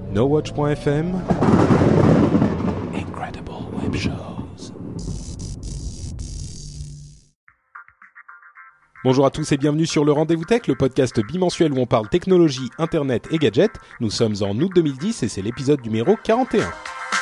NoWatch.fm Incredible Web Shows. Bonjour à tous et bienvenue sur le Rendez-vous Tech, le podcast bimensuel où on parle technologie, internet et gadgets. Nous sommes en août 2010 et c'est l'épisode numéro 41.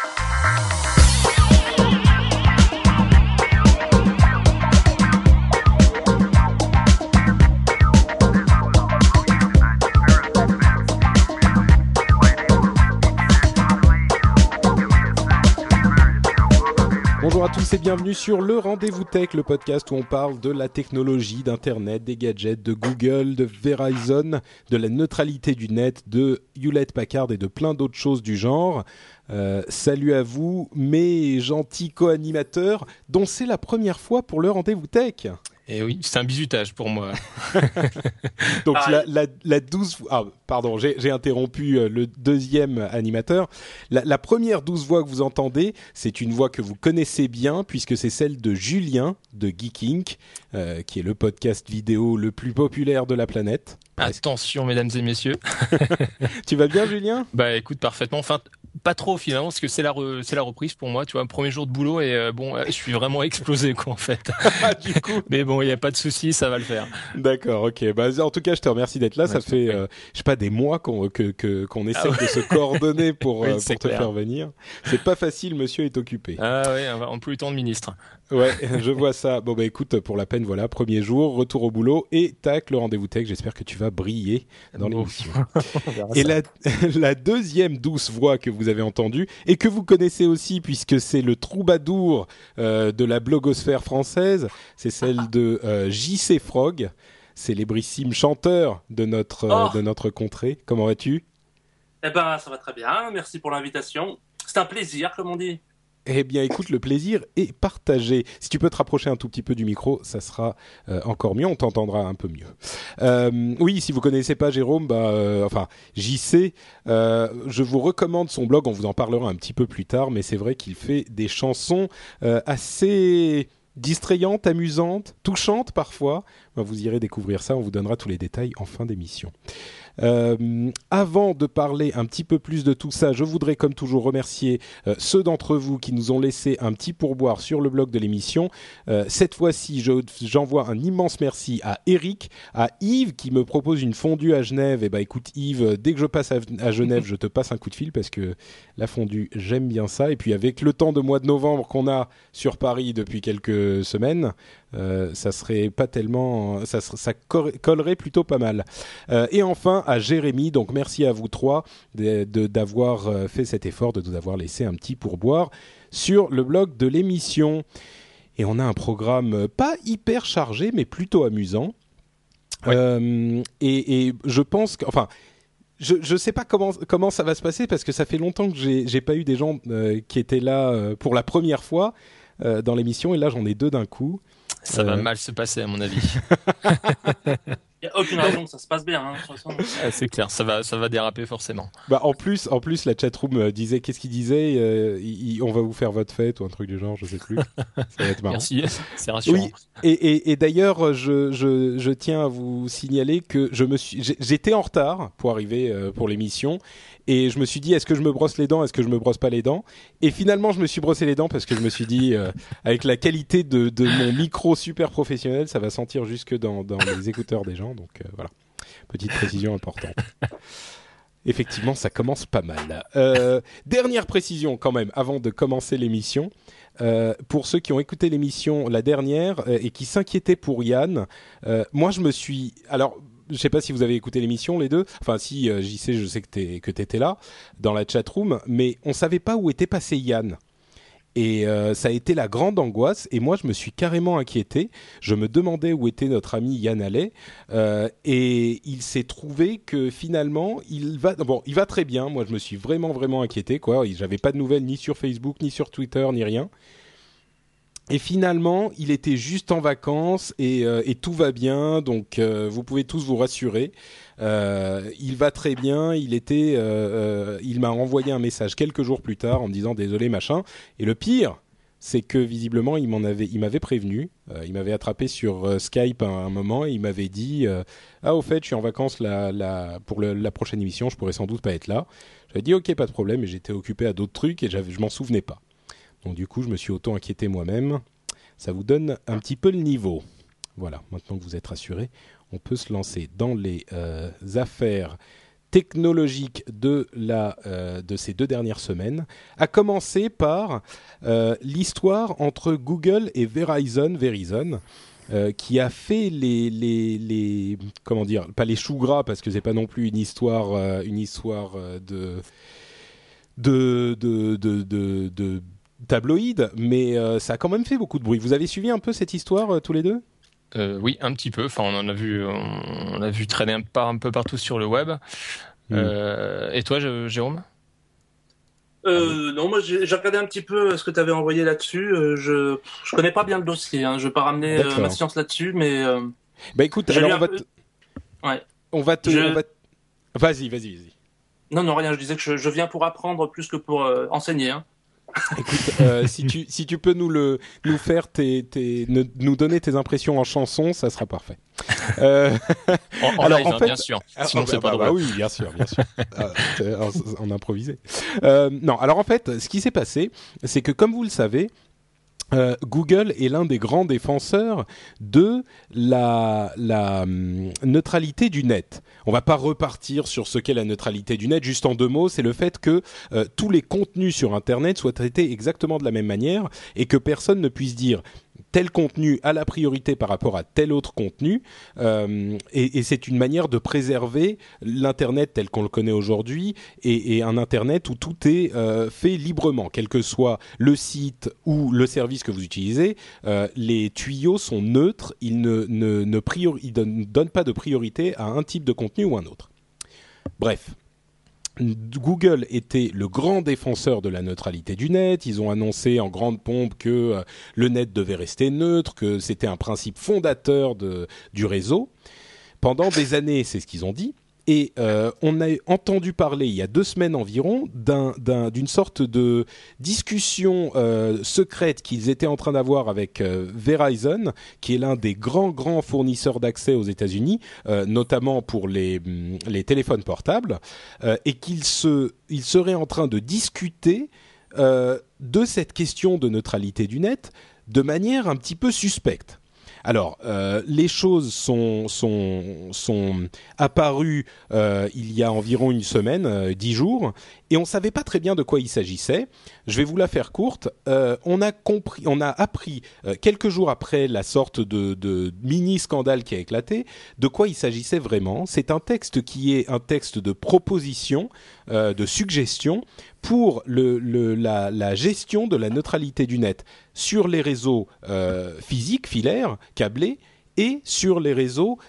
Bonjour à tous et bienvenue sur le Rendez-vous Tech, le podcast où on parle de la technologie, d'internet, des gadgets, de Google, de Verizon, de la neutralité du net, de Hewlett-Packard et de plein d'autres choses du genre. Salut à vous, mes gentils co-animateurs, dont c'est la première fois pour le Rendez-vous Tech. Et oui, c'est un bizutage pour moi. Donc la 12... Ah, pardon, j'ai interrompu le deuxième animateur. La première 12 voix que vous entendez, c'est une voix que vous connaissez bien, puisque c'est celle de Julien, de Geek Inc., qui est le podcast vidéo le plus populaire de la planète. Attention, mesdames et messieurs. Tu vas bien, Julien ? Bah écoute, parfaitement. Enfin, pas trop finalement, parce que c'est la reprise pour moi, tu vois, premier jour de boulot et je suis vraiment explosé quoi en fait. Du coup. Mais bon, il y a pas de souci, ça va le faire. D'accord, ok. Bah en tout cas, je te remercie d'être là. Ouais, ça fait je sais pas des mois qu'on essaie de se coordonner pour oui, pour te faire venir. C'est pas facile, monsieur est occupé. Ah oui, on peut le temps de ministre. Ouais, je vois ça. Bon bah écoute, pour la peine, voilà, premier jour, retour au boulot et tac, le Rendez-vous Tech. J'espère que tu vas briller dans l'émission. Et la deuxième douce voix que vous avez entendue et que vous connaissez aussi puisque c'est le troubadour de la blogosphère française, c'est celle de JC Frog, célébrissime chanteur de notre contrée. Comment vas-tu ? Eh ben, ça va très bien. Merci pour l'invitation. C'est un plaisir, comme on dit. Eh bien, écoute, le plaisir est partagé. Si tu peux te rapprocher un tout petit peu du micro, ça sera encore mieux. On t'entendra un peu mieux. Oui, si vous connaissez pas Jérôme, JC, je vous recommande son blog. On vous en parlera un petit peu plus tard, mais c'est vrai qu'il fait des chansons assez distrayantes, amusantes, touchantes parfois. Vous irez découvrir ça. On vous donnera tous les détails en fin d'émission. Avant de parler un petit peu plus de tout ça, je voudrais comme toujours remercier ceux d'entre vous qui nous ont laissé un petit pourboire sur le blog de l'émission. Cette fois-ci, j'envoie un immense merci à Eric, à Yves qui me propose une fondue à Genève. Et bah écoute Yves, dès que je passe à Genève, je te passe un coup de fil parce que la fondue, j'aime bien ça. Et puis avec le temps de mois de novembre qu'on a sur Paris depuis quelques semaines, ça serait pas tellement, ça collerait plutôt pas mal. Et enfin à Jérémy, donc merci à vous trois d'avoir fait cet effort, de nous avoir laissé un petit pourboire sur le blog de l'émission. Et on a un programme pas hyper chargé, mais plutôt amusant. Ouais. Et je pense que, enfin, je sais pas comment ça va se passer parce que ça fait longtemps que j'ai pas eu des gens qui étaient là pour la première fois dans l'émission, et là j'en ai deux d'un coup. Ça va mal se passer à mon avis. Il n'y a aucune raison que ça se passe bien. Hein, de toute façon. C'est clair, ça va déraper forcément. Bah en plus la chatroom disait, qu'est-ce qu'il disait, on va vous faire votre fête ou un truc du genre, je sais plus. Ça va être marrant. Merci, c'est rassurant. Oui, et d'ailleurs je tiens à vous signaler que j'étais en retard pour arriver pour l'émission. Et je me suis dit, est-ce que je me brosse les dents, est-ce que je me brosse pas les dents ? Et finalement, je me suis brossé les dents parce que je me suis dit, avec la qualité de mon micro super professionnel, ça va sentir jusque dans les écouteurs des gens. Donc voilà, petite précision importante. Effectivement, ça commence pas mal. Dernière précision quand même, avant de commencer l'émission. Pour ceux qui ont écouté l'émission la dernière et qui s'inquiétaient pour Yann, moi je me suis... Alors, je sais pas si vous avez écouté l'émission les deux. Enfin, si JC, je sais que t'étais là dans la chatroom, mais on savait pas où était passé Yann. Et ça a été la grande angoisse. Et moi, je me suis carrément inquiété. Je me demandais où était notre ami Yann Allais. Et il s'est trouvé que finalement, il va très bien. Moi, je me suis vraiment, vraiment inquiété, quoi. J'avais pas de nouvelles ni sur Facebook, ni sur Twitter, ni rien. Et finalement, il était juste en vacances et tout va bien, donc vous pouvez tous vous rassurer. Il va très bien. Il m'a envoyé un message quelques jours plus tard en me disant désolé machin. Et le pire, c'est que visiblement il m'avait prévenu, il m'avait attrapé sur Skype à un moment et il m'avait dit au fait je suis en vacances pour la prochaine émission, je pourrais sans doute pas être là. J'avais dit ok, pas de problème, mais j'étais occupé à d'autres trucs et je m'en souvenais pas. Donc du coup je me suis auto-inquiété moi-même. Ça vous donne un petit peu le niveau. Voilà, maintenant que vous êtes rassurés, on peut se lancer dans les affaires technologiques de ces 2 dernières semaines, à commencer par l'histoire entre Google et Verizon, qui a fait les comment dire, pas les choux gras parce que c'est pas non plus une histoire de tabloïd, mais ça a quand même fait beaucoup de bruit. Vous avez suivi un peu cette histoire tous les deux ? Oui, un petit peu. Enfin, on a vu traîner un peu partout sur le web. Et toi, Jérôme ? Non, moi j'ai regardé un petit peu ce que tu avais envoyé là-dessus. Je connais pas bien le dossier. Hein. Je vais pas ramener ma science là-dessus, mais. Bah écoute, alors on va te. Vas-y. Non, rien. Je disais que je viens pour apprendre plus que pour enseigner. Hein. Écoute, si tu peux nous faire nous donner tes impressions en chanson, ça sera parfait. Alors live, en fait, bien sûr. Sinon c'est pas drôle. Oui, bien sûr. En improvisé. Non, alors en fait, ce qui s'est passé, c'est que comme vous le savez, Google est l'un des grands défenseurs de la neutralité du net. On va pas repartir sur ce qu'est la neutralité du net. Juste en 2 mots, c'est le fait que tous les contenus sur Internet soient traités exactement de la même manière et que personne ne puisse dire tel contenu a la priorité par rapport à tel autre contenu, et c'est une manière de préserver l'Internet tel qu'on le connaît aujourd'hui et un Internet où tout est fait librement, quel que soit le site ou le service que vous utilisez. Les tuyaux sont neutres, ils ne donnent pas de priorité à un type de contenu ou un autre. Bref. Google était le grand défenseur de la neutralité du net. Ils ont annoncé en grande pompe que le net devait rester neutre, que c'était un principe fondateur du réseau. Pendant des années, c'est ce qu'ils ont dit. Et on a entendu parler il y a 2 semaines environ d'une sorte de discussion secrète qu'ils étaient en train d'avoir avec Verizon, qui est l'un des grands fournisseurs d'accès aux États-Unis, notamment pour les téléphones portables, et qu'ils seraient en train de discuter de cette question de neutralité du net de manière un petit peu suspecte. Alors, les choses sont apparues il y a environ une semaine, 10 jours, et on savait pas très bien de quoi il s'agissait. Je vais vous la faire courte. On a appris quelques jours après la sorte de mini scandale qui a éclaté, de quoi il s'agissait vraiment. C'est un texte qui est un texte de proposition, de suggestion pour la gestion de la neutralité du net sur les réseaux physiques, filaires, câblés, et sur les réseaux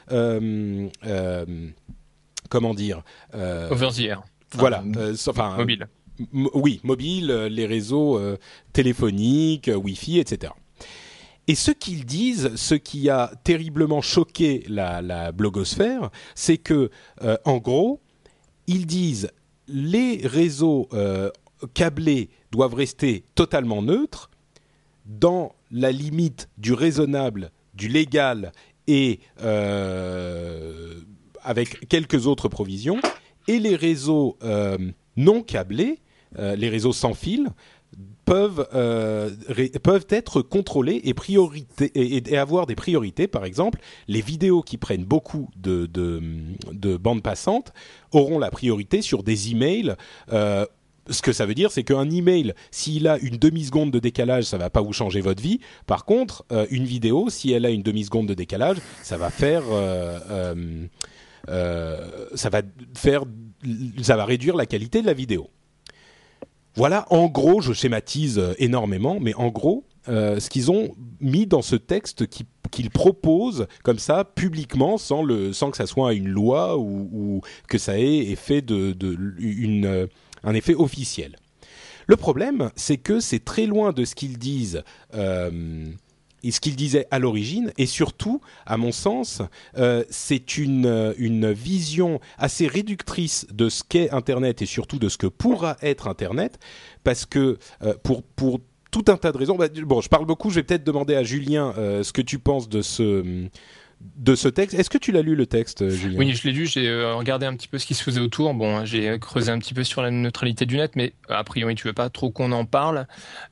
comment dire over the air. Voilà, mobile. Oui, mobile, les réseaux téléphoniques, Wi-Fi, etc. Et ce qu'ils disent, ce qui a terriblement choqué la blogosphère, c'est que, en gros, ils disent les réseaux câblés doivent rester totalement neutres dans la limite du raisonnable, du légal et avec quelques autres provisions. Et les réseaux non câblés, les réseaux sans fil, peuvent être contrôlés et avoir des priorités. Par exemple, les vidéos qui prennent beaucoup de bandes passantes auront la priorité sur des emails. Ce que ça veut dire, c'est qu'un email, s'il a une demi-seconde de décalage, ça va pas vous changer votre vie. Par contre, une vidéo, si elle a une demi-seconde de décalage, ça va réduire la qualité de la vidéo. Voilà, en gros, je schématise énormément, mais en gros, ce qu'ils ont mis dans ce texte qu'ils proposent comme ça publiquement, sans que ça soit une loi ou que ça ait effet un effet officiel. Le problème, c'est que c'est très loin de ce qu'ils disent et ce qu'ils disaient à l'origine, et surtout, à mon sens, c'est une vision assez réductrice de ce qu'est Internet et surtout de ce que pourra être Internet, parce que pour tout un tas de raisons. Bon, je parle beaucoup. Je vais peut-être demander à Julien ce que tu penses de ce texte. Est-ce que tu l'as lu le texte, Julien ? Oui, je l'ai lu, j'ai regardé un petit peu ce qui se faisait autour. Bon, j'ai creusé un petit peu sur la neutralité du net, mais a priori, tu veux pas trop qu'on en parle.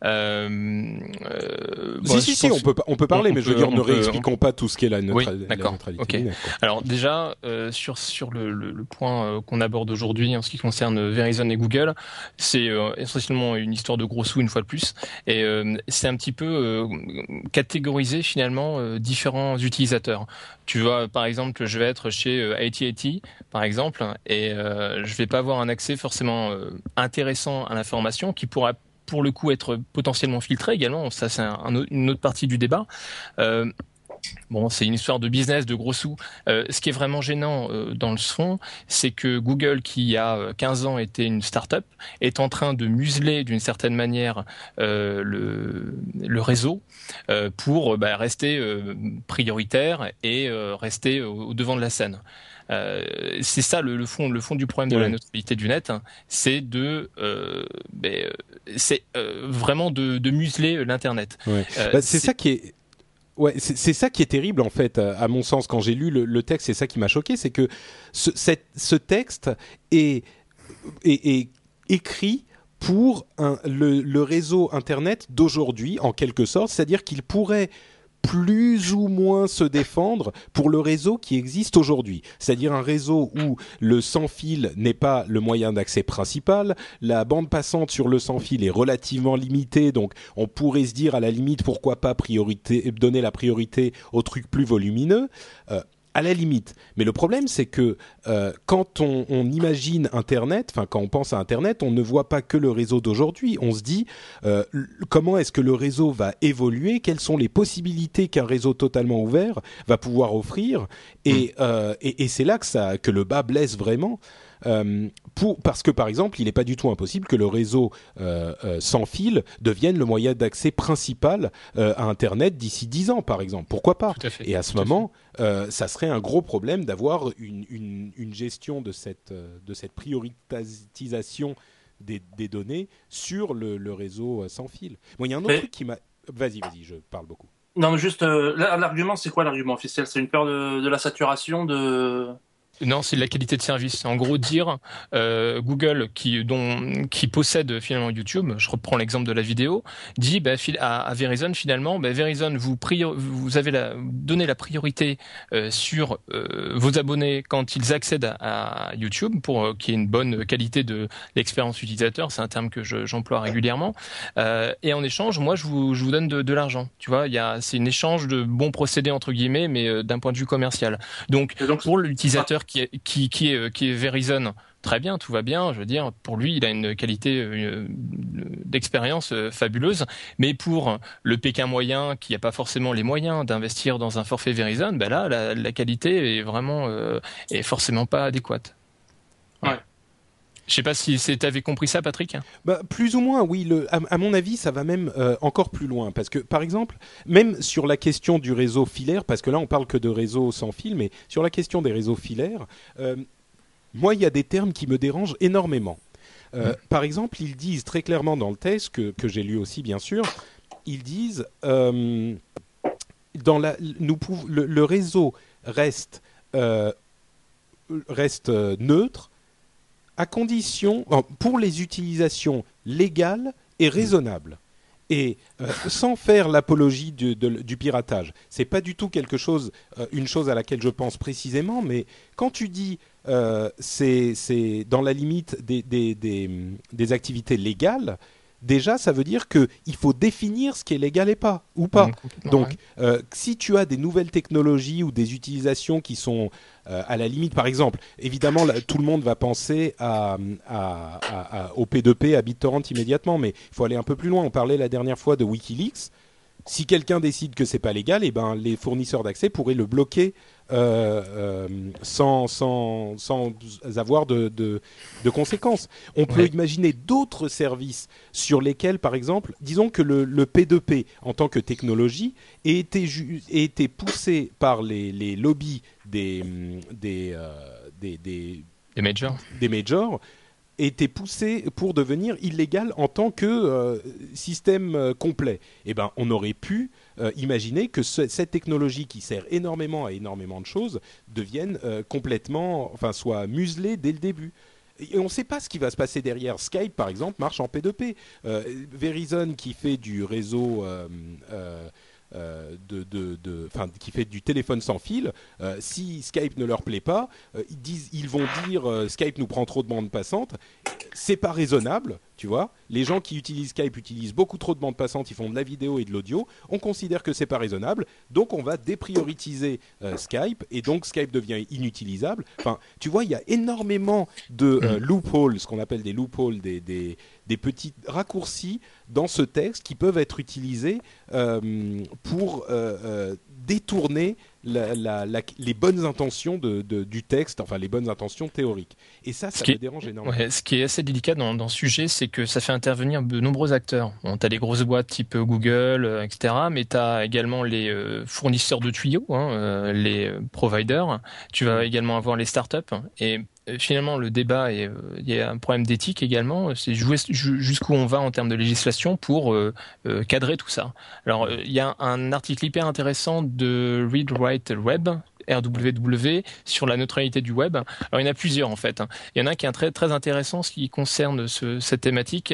Si, on peut parler, mais je veux dire, ne réexpliquons pas tout ce qu'est la neutralité okay. du net. Quoi. Alors déjà, sur le point qu'on aborde aujourd'hui en ce qui concerne Verizon et Google, c'est essentiellement une histoire de gros sous une fois de plus, et c'est un petit peu catégoriser finalement différents utilisateurs. Tu vois, par exemple, je vais être chez AT&T, par exemple, et je vais pas avoir un accès forcément intéressant à l'information qui pourra pour le coup être potentiellement filtré également. Ça, c'est une autre partie du débat. Bon, c'est une histoire de business, de gros sous. Ce qui est vraiment gênant dans le fond, c'est que Google, qui il y a 15 ans était une start-up, est en train de museler d'une certaine manière le réseau pour rester prioritaire et rester au devant de la scène. C'est ça le fond du problème de la neutralité du net, hein, c'est vraiment de museler l'internet. Ouais. C'est ça qui est c'est ça qui est terrible en fait, à mon sens, quand j'ai lu le texte. C'est ça qui m'a choqué, c'est que ce texte est écrit pour le réseau internet d'aujourd'hui, en quelque sorte, c'est-à-dire qu'il pourrait plus ou moins se défendre pour le réseau qui existe aujourd'hui. C'est-à-dire un réseau où le sans-fil n'est pas le moyen d'accès principal, la bande passante sur le sans-fil est relativement limitée, donc on pourrait se dire à la limite pourquoi pas donner la priorité aux trucs plus volumineux. À la limite. Mais le problème, c'est que quand on imagine Internet, enfin quand on pense à Internet, on ne voit pas que le réseau d'aujourd'hui. On se dit comment est-ce que le réseau va évoluer, quelles sont les possibilités qu'un réseau totalement ouvert va pouvoir offrir, et c'est là que le bas blesse vraiment. Parce que par exemple, il n'est pas du tout impossible que le réseau sans fil devienne le moyen d'accès principal à Internet d'ici 10 ans, par exemple. Pourquoi pas ? Et à ce moment, ça serait un gros problème d'avoir une gestion de cette prioritisation des données sur le réseau sans fil. Bon, il y a un autre truc qui m'a... Vas-y, je parle beaucoup. Non, mais juste, l'argument, c'est quoi l'argument officiel ? C'est une peur de la saturation de... Non, c'est de la qualité de service. C'est en gros dire Google qui possède finalement YouTube. Je reprends l'exemple de la vidéo. Dit à Verizon finalement, Verizon vous avez donné la priorité sur vos abonnés quand ils accèdent à YouTube pour qu'il y ait une bonne qualité de l'expérience utilisateur. C'est un terme que j'emploie régulièrement. Et en échange, moi je vous donne de l'argent. Tu vois, c'est un échange de bons procédés entre guillemets, mais d'un point de vue commercial. Donc pour l'utilisateur qui est Verizon, très bien, tout va bien. Je veux dire, pour lui, il a une qualité d'expérience fabuleuse. Mais pour le Pékin moyen, qui n'a pas forcément les moyens d'investir dans un forfait Verizon, là, la qualité est vraiment est forcément pas adéquate. Ouais. Je sais pas si t'avais compris ça, Patrick. Plus ou moins, oui. À mon avis, ça va même encore plus loin, parce que, par exemple, même sur la question du réseau filaire, parce que là, on parle que de réseau sans fil, mais sur la question des réseaux filaires, moi, il y a des termes qui me dérangent énormément. Par exemple, ils disent très clairement dans le texte que j'ai lu aussi, bien sûr, ils disent le réseau reste neutre, à condition, pour les utilisations légales et raisonnables, et sans faire l'apologie du piratage. C'est pas du tout une chose à laquelle je pense précisément, mais quand tu dis c'est dans la limite des activités légales, déjà ça veut dire que il faut définir ce qui est légal ou pas. Donc si tu as des nouvelles technologies ou des utilisations qui sont à la limite, par exemple, évidemment tout le monde va penser au P2P, à BitTorrent immédiatement, mais il faut aller un peu plus loin. On parlait la dernière fois de WikiLeaks. Si quelqu'un décide que c'est pas légal, les fournisseurs d'accès pourraient le bloquer sans avoir de conséquences. On peut imaginer d'autres services sur lesquels, par exemple, disons que le P2P en tant que technologie ait été poussé par les lobbies des majors. été poussé pour devenir illégal en tant que système complet. Eh ben, on aurait pu imaginer que cette technologie qui sert énormément à énormément de choses devienne soit muselée dès le début. Et on ne sait pas ce qui va se passer derrière. Skype, par exemple, marche en P2P. Verizon, qui fait du réseau qui fait du téléphone sans fil, si Skype ne leur plaît pas, ils vont dire Skype nous prend trop de bande passante. C'est pas raisonnable, tu vois. Les gens qui utilisent Skype utilisent beaucoup trop de bande passante, ils font de la vidéo et de l'audio. On considère que c'est pas raisonnable, donc on va déprioriser Skype et donc Skype devient inutilisable. Enfin, tu vois, il y a énormément de loopholes, ce qu'on appelle des loopholes, des petits raccourcis dans ce texte qui peuvent être utilisés pour détourner les bonnes intentions du texte, enfin les bonnes intentions théoriques. Et ça me dérange énormément. Ouais, ce qui est assez délicat dans ce sujet, c'est que ça fait intervenir de nombreux acteurs. Bon, tu as les grosses boîtes type Google, etc., mais tu as également les fournisseurs de tuyaux, les providers. Tu vas également avoir les startups. Et finalement, le débat, il y a un problème d'éthique également. C'est jusqu'où on va en termes de législation pour cadrer tout ça. Alors, il y a un article hyper intéressant de Read Write Web, RWW, sur la neutralité du web. Alors, il y en a plusieurs, en fait. Il y en a un qui est très, très intéressant, ce qui concerne cette thématique,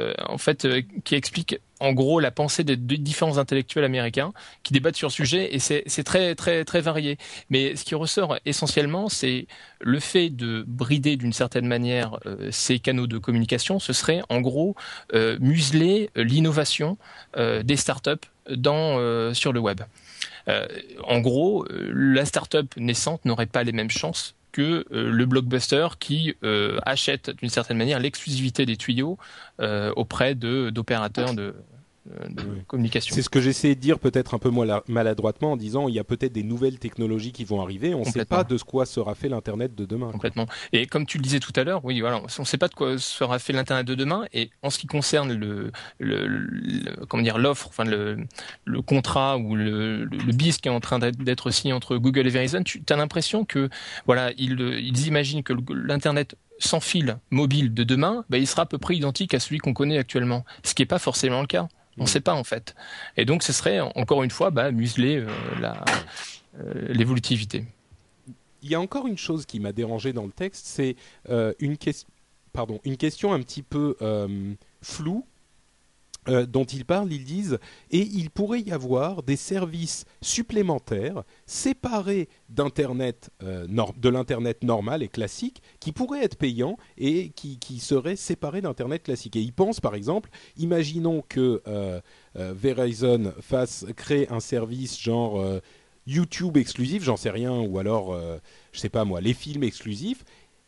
qui explique en gros la pensée des différents intellectuels américains qui débattent sur le sujet, et c'est très très très varié. Mais ce qui ressort essentiellement, c'est le fait de brider d'une certaine manière ces canaux de communication. Ce serait en gros museler l'innovation des startups sur le web. En gros, la startup naissante n'aurait pas les mêmes chances que le blockbuster qui achète d'une certaine manière l'exclusivité des tuyaux auprès d'opérateurs de communication. C'est ce que j'essayais de dire peut-être un peu maladroitement en disant il y a peut-être des nouvelles technologies qui vont arriver, on ne sait pas de quoi sera fait l'Internet de demain. Complètement. Et comme tu le disais tout à l'heure, oui, voilà, on ne sait pas de quoi sera fait l'Internet de demain. Et en ce qui concerne l'offre, enfin le contrat ou le BIS qui est en train d'être signé entre Google et Verizon, tu as l'impression que voilà, ils imaginent que l'Internet sans fil mobile de demain, il sera à peu près identique à celui qu'on connaît actuellement, ce qui n'est pas forcément le cas. On ne sait pas en fait. Et donc ce serait encore une fois museler l'évolutivité. Il y a encore une chose qui m'a dérangé dans le texte, c'est une question un petit peu floue dont ils parlent. Ils disent « Et il pourrait y avoir des services supplémentaires séparés d'Internet, de l'Internet normal et classique qui pourraient être payants et qui seraient séparés d'Internet classique. » Et ils pensent par exemple, imaginons que Verizon crée un service genre YouTube exclusif, j'en sais rien, ou alors, je sais pas moi, les films exclusifs.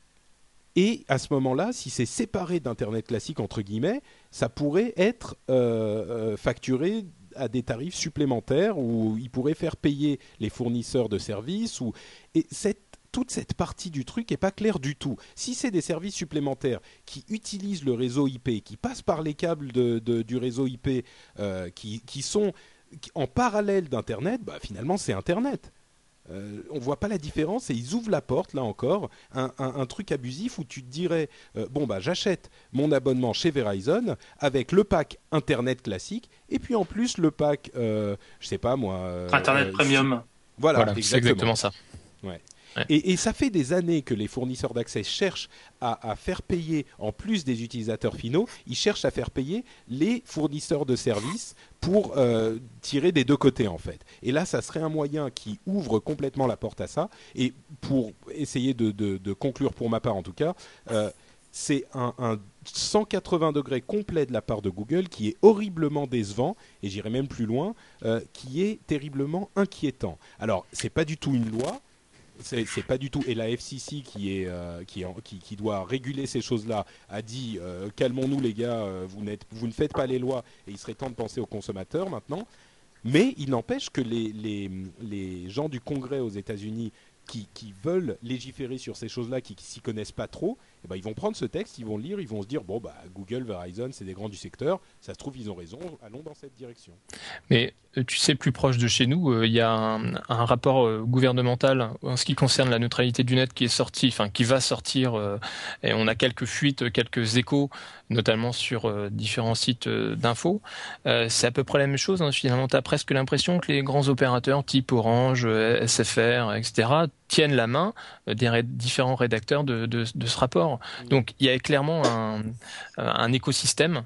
Et à ce moment-là, si c'est séparé d'Internet classique, entre guillemets, ça pourrait être facturé à des tarifs supplémentaires où ils pourraient faire payer les fournisseurs de services. Et toute cette partie du truc n'est pas claire du tout. Si c'est des services supplémentaires qui utilisent le réseau IP, qui passent par les câbles du réseau IP, qui sont en parallèle d'Internet, finalement c'est Internet. On ne voit pas la différence et ils ouvrent la porte, là encore, un truc abusif où tu te dirais j'achète mon abonnement chez Verizon avec le pack Internet classique et puis en plus le pack, je sais pas moi... Internet Premium. Voilà, c'est exactement ça. Ouais. Ouais. Et ça fait des années que les fournisseurs d'accès cherchent à faire payer, en plus des utilisateurs finaux, ils cherchent à faire payer les fournisseurs de services pour tirer des deux côtés en fait. Et là, ça serait un moyen qui ouvre complètement la porte à ça. Et pour essayer de conclure pour ma part en tout cas, c'est un 180 degrés complet de la part de Google qui est horriblement décevant, et j'irai même plus loin, qui est terriblement inquiétant. Alors, c'est pas du tout une loi. C'est pas du tout, et la FCC qui doit réguler ces choses-là a dit calmons-nous les gars, vous ne faites pas les lois et il serait temps de penser aux consommateurs maintenant. Mais il n'empêche que les gens du Congrès aux États-Unis qui veulent légiférer sur ces choses-là, qui s'y connaissent pas trop, eh ben, ils vont prendre ce texte, ils vont le lire, ils vont se dire bon bah Google, Verizon, c'est des grands du secteur, ça se trouve ils ont raison, allons dans cette direction. Mais tu sais, plus proche de chez nous, il y a un rapport gouvernemental en ce qui concerne la neutralité du net qui est sorti, enfin qui va sortir, et on a quelques fuites, quelques échos, notamment sur différents sites d'infos. C'est à peu près la même chose. Hein. Finalement, tu as presque l'impression que les grands opérateurs type Orange, SFR, etc., tiennent la main des différents rédacteurs de ce rapport. Donc, il y a clairement un écosystème.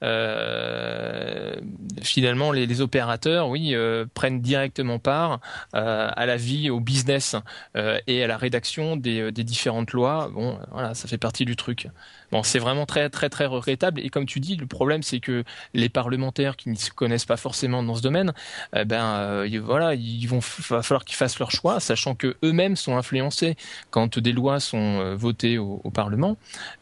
Finalement, les opérateurs, oui, prennent directement part à la vie, au business et à la rédaction des différentes lois. Bon, voilà, ça fait partie du truc. Bon, c'est vraiment très, très, très regrettable. Et comme tu dis, le problème, c'est que les parlementaires qui ne se connaissent pas forcément dans ce domaine, voilà, va falloir qu'ils fassent leur choix, sachant que eux-mêmes sont influencés quand des lois sont votées au Parlement.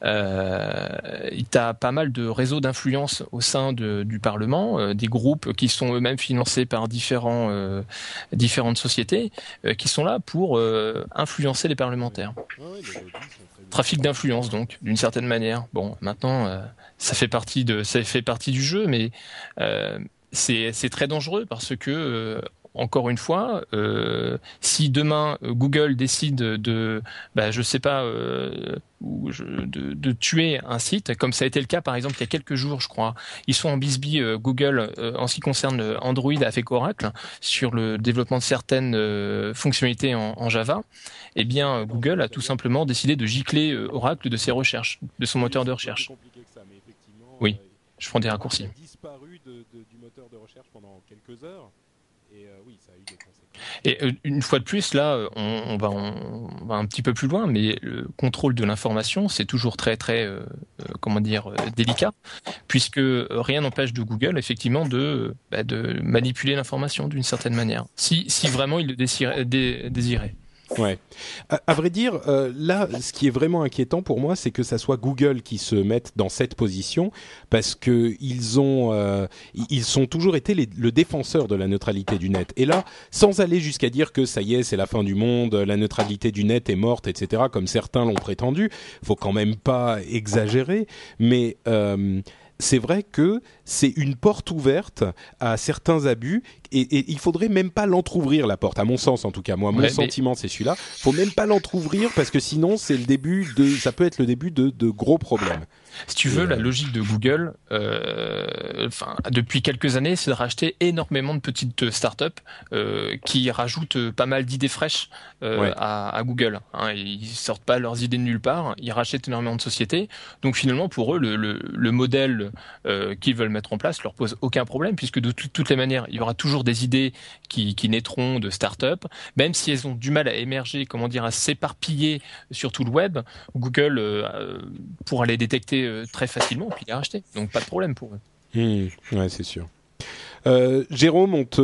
T'as pas mal de réseaux d'influence au sein du Parlement, des groupes qui sont eux-mêmes financés par différentes sociétés qui sont là pour influencer les parlementaires. Trafic d'influence, donc, d'une certaine manière. Bon, maintenant, ça fait partie du jeu, mais c'est très dangereux parce que encore une fois, si demain Google décide de tuer un site, comme ça a été le cas par exemple il y a quelques jours, je crois, ils sont en bisbille Google en ce qui concerne Android avec Oracle sur le développement de certaines fonctionnalités en Java. Eh bien, Google a tout simplement décidé de gicler Oracle de ses recherches, de son moteur de recherche. Oui, je prends des raccourcis. Il a disparu du moteur de recherche pendant quelques heures. Et oui, ça a eu des conséquences. Et une fois de plus, là, on va un petit peu plus loin, mais le contrôle de l'information, c'est toujours très, très, délicat, puisque rien n'empêche de Google, effectivement, de manipuler l'information d'une certaine manière, si vraiment il le désirait. Ouais. À vrai dire, là, ce qui est vraiment inquiétant pour moi, c'est que ça soit Google qui se mette dans cette position, parce que ils sont toujours été le défenseur de la neutralité du net. Et là, sans aller jusqu'à dire que ça y est, c'est la fin du monde, la neutralité du net est morte, etc., comme certains l'ont prétendu, faut quand même pas exagérer, mais c'est vrai que c'est une porte ouverte à certains abus et il faudrait même pas l'entrouvrir la porte, à mon sens en tout cas. Moi, mon sentiment c'est celui-là. Faut même pas l'entrouvrir parce que sinon ça peut être le début de gros problèmes. Si tu veux, la logique de Google, depuis quelques années, c'est de racheter énormément de petites startups qui rajoutent pas mal d'idées fraîches à Google. Hein, ils sortent pas leurs idées de nulle part, ils rachètent énormément de sociétés. Donc finalement, pour eux, le modèle qu'ils veulent mettre en place leur pose aucun problème, puisque de toutes les manières, il y aura toujours des idées qui naîtront de startups, même si elles ont du mal à émerger, à s'éparpiller sur tout le web. Google pourra les détecter très facilement puis les racheter, donc pas de problème pour eux. Ouais, c'est sûr. Jérôme, on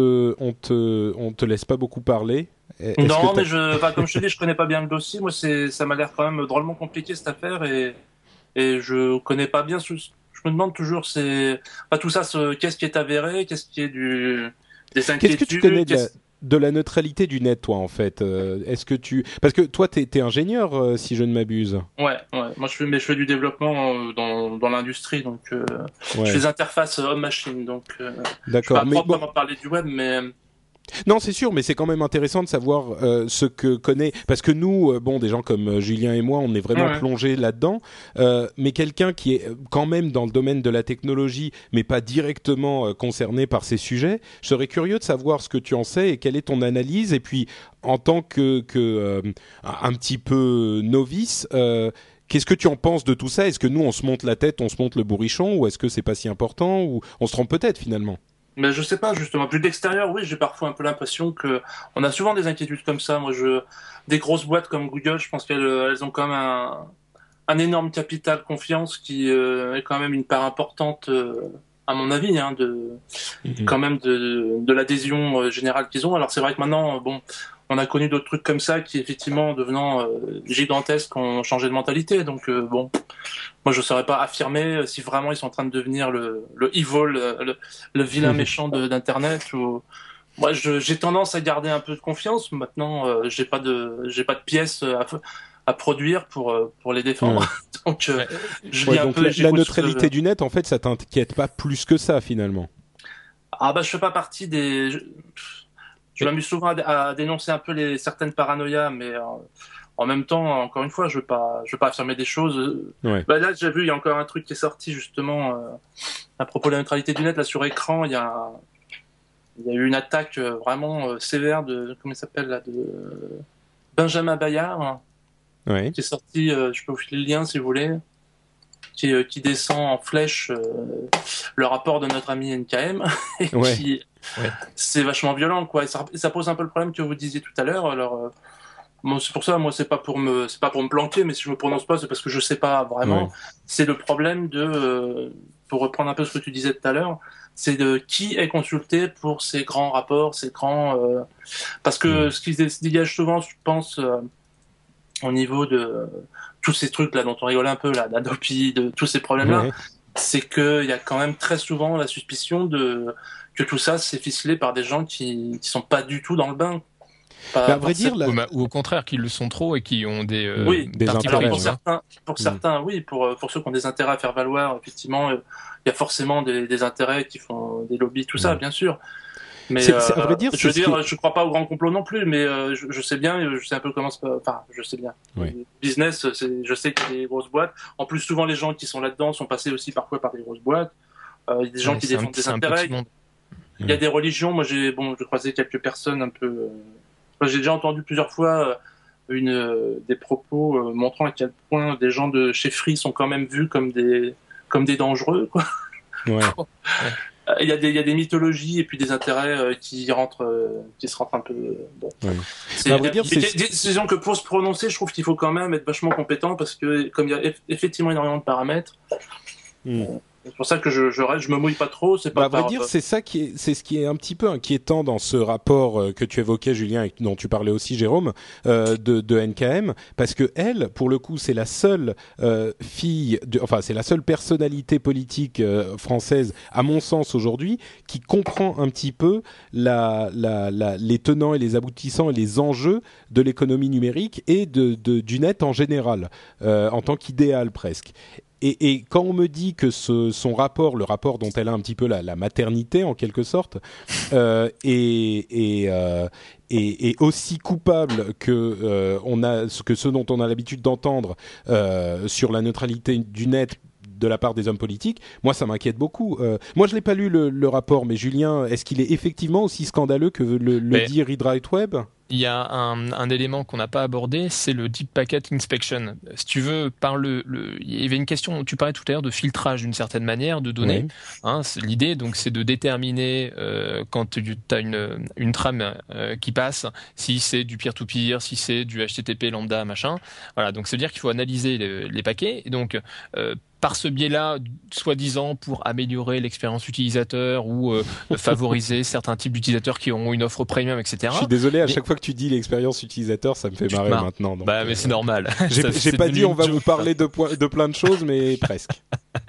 te laisse pas beaucoup parler. Non, mais comme je te dis, je connais pas bien le dossier. Moi, ça m'a l'air quand même drôlement compliqué cette affaire et je connais pas bien. Je me demande toujours, tout ça, qu'est-ce qui est avéré, qu'est-ce qui est des inquiétudes. Qu'est-ce que tu connais de la neutralité du net, toi, en fait? Parce que toi, t'es ingénieur, si je ne m'abuse. Ouais. Moi, je fais du développement dans l'industrie, donc je fais des interfaces homme-machine, donc. D'accord. Je suis pas proprement parler du web, mais. Non, c'est sûr, mais c'est quand même intéressant de savoir ce que connaît, parce que nous, des gens comme Julien et moi, on est vraiment plongés là-dedans, mais quelqu'un qui est quand même dans le domaine de la technologie, mais pas directement concerné par ces sujets, je serais curieux de savoir ce que tu en sais et quelle est ton analyse, et puis en tant que un petit peu novice, qu'est-ce que tu en penses de tout ça? Est-ce que nous, on se monte la tête, on se monte le bourrichon, ou est-ce que c'est pas si important, ou on se trompe peut-être finalement? Mais je sais pas, justement. Plus d'extérieur, oui, j'ai parfois un peu l'impression que on a souvent des inquiétudes comme ça. Des grosses boîtes comme Google, je pense qu'elles ont quand même un énorme capital confiance qui est quand même une part importante, à mon avis, quand même de l'adhésion générale qu'ils ont. Alors c'est vrai que maintenant, on a connu d'autres trucs comme ça qui, effectivement, devenant gigantesques, ont changé de mentalité. Donc, moi, je ne saurais pas affirmer si vraiment ils sont en train de devenir le evil, le vilain méchant d'Internet. Moi, j'ai tendance à garder un peu de confiance. Maintenant, j'ai pas de pièces à produire pour les défendre. Donc, je lis un donc peu. la neutralité du net, en fait, ça t'inquiète pas plus que ça finalement. Ah bah je fais pas partie des. Je m'amuse souvent à dénoncer un peu certaines paranoïas, mais en même temps, encore une fois, je veux pas affirmer des choses. Ouais. Bah là, j'ai vu, il y a encore un truc qui est sorti justement à propos de la neutralité du net. Là sur écran, il y a eu une attaque vraiment sévère de comment il s'appelle là, de Benjamin Bayard, Ouais. qui est sorti. Je peux vous filer le lien si vous voulez. Qui descend en flèche le rapport de notre ami NKM et Ouais. c'est vachement violent quoi. Et ça pose un peu le problème que vous disiez tout à l'heure. Alors moi, c'est pour ça, moi c'est pas pour me planquer, mais si je me prononce pas, c'est parce que je sais pas vraiment. Ouais. C'est le problème pour reprendre un peu ce que tu disais tout à l'heure, c'est de qui est consulté pour ces grands rapports, ces grands parce que ce qui se dégage souvent, je pense, au niveau de tous ces trucs là dont on rigole un peu là, d'Adopi, de tous ces problèmes là, c'est que il y a quand même très souvent la suspicion que tout ça c'est ficelé par des gens qui sont pas du tout dans le bain. À vrai dire, ou au contraire, qui le sont trop et qui ont des intérêts. Alors pour certains, oui, pour ceux qui ont des intérêts à faire valoir, effectivement, il y a forcément des intérêts qui font des lobbies, tout ça, bien sûr. Mais à vrai dire, je crois pas au grand complot non plus, mais je sais bien, je sais un peu comment je sais bien. Oui. Le business, je sais qu'il y a des grosses boîtes. En plus, souvent les gens qui sont là-dedans sont passés aussi parfois par des grosses boîtes. Il y a des gens qui défendent des intérêts. Il y a des religions. Moi, j'ai croisé quelques personnes un peu. J'ai déjà entendu plusieurs fois des propos montrant à quel point des gens de chez Free sont quand même vus comme des dangereux, quoi. Ouais. Il y a des mythologies et puis des intérêts qui se rentrent un peu. Bon. Ouais. Disons que pour se prononcer, je trouve qu'il faut quand même être vachement compétent parce que comme il y a effectivement énormément de paramètres. C'est pour ça que je me mouille pas trop. C'est pas. À vrai dire, c'est ce qui est un petit peu inquiétant dans ce rapport que tu évoquais, Julien, et dont tu parlais aussi, Jérôme, de NKM, parce que elle, pour le coup, c'est la seule c'est la seule personnalité politique française, à mon sens aujourd'hui, qui comprend un petit peu les tenants et les aboutissants et les enjeux de l'économie numérique et du net en général, en tant qu'idéal presque. Et quand on me dit que son rapport, le rapport dont elle a un petit peu la maternité en quelque sorte, est aussi coupable que ce dont on a l'habitude d'entendre sur la neutralité du net de la part des hommes politiques, moi ça m'inquiète beaucoup. Moi je l'ai pas lu le rapport, mais Julien, est-ce qu'il est effectivement aussi scandaleux que le dit Read Write Web ? Il y a un élément qu'on n'a pas abordé, c'est le Deep Packet Inspection. Si tu veux, il y avait une question, tu parlais tout à l'heure de filtrage d'une certaine manière de données. Oui. L'idée, donc, c'est de déterminer quand tu as une trame qui passe, si c'est du peer-to-peer, si c'est du HTTP lambda, machin. Voilà, donc ça veut dire qu'il faut analyser les paquets. Et donc, par ce biais-là, soi-disant pour améliorer l'expérience utilisateur ou favoriser certains types d'utilisateurs qui auront une offre premium, etc. Je suis désolé, à chaque fois que tu dis l'expérience utilisateur, ça me fait marrer maintenant. Donc, mais c'est normal. J'ai pas dit on va vous parler de plein de choses, mais presque.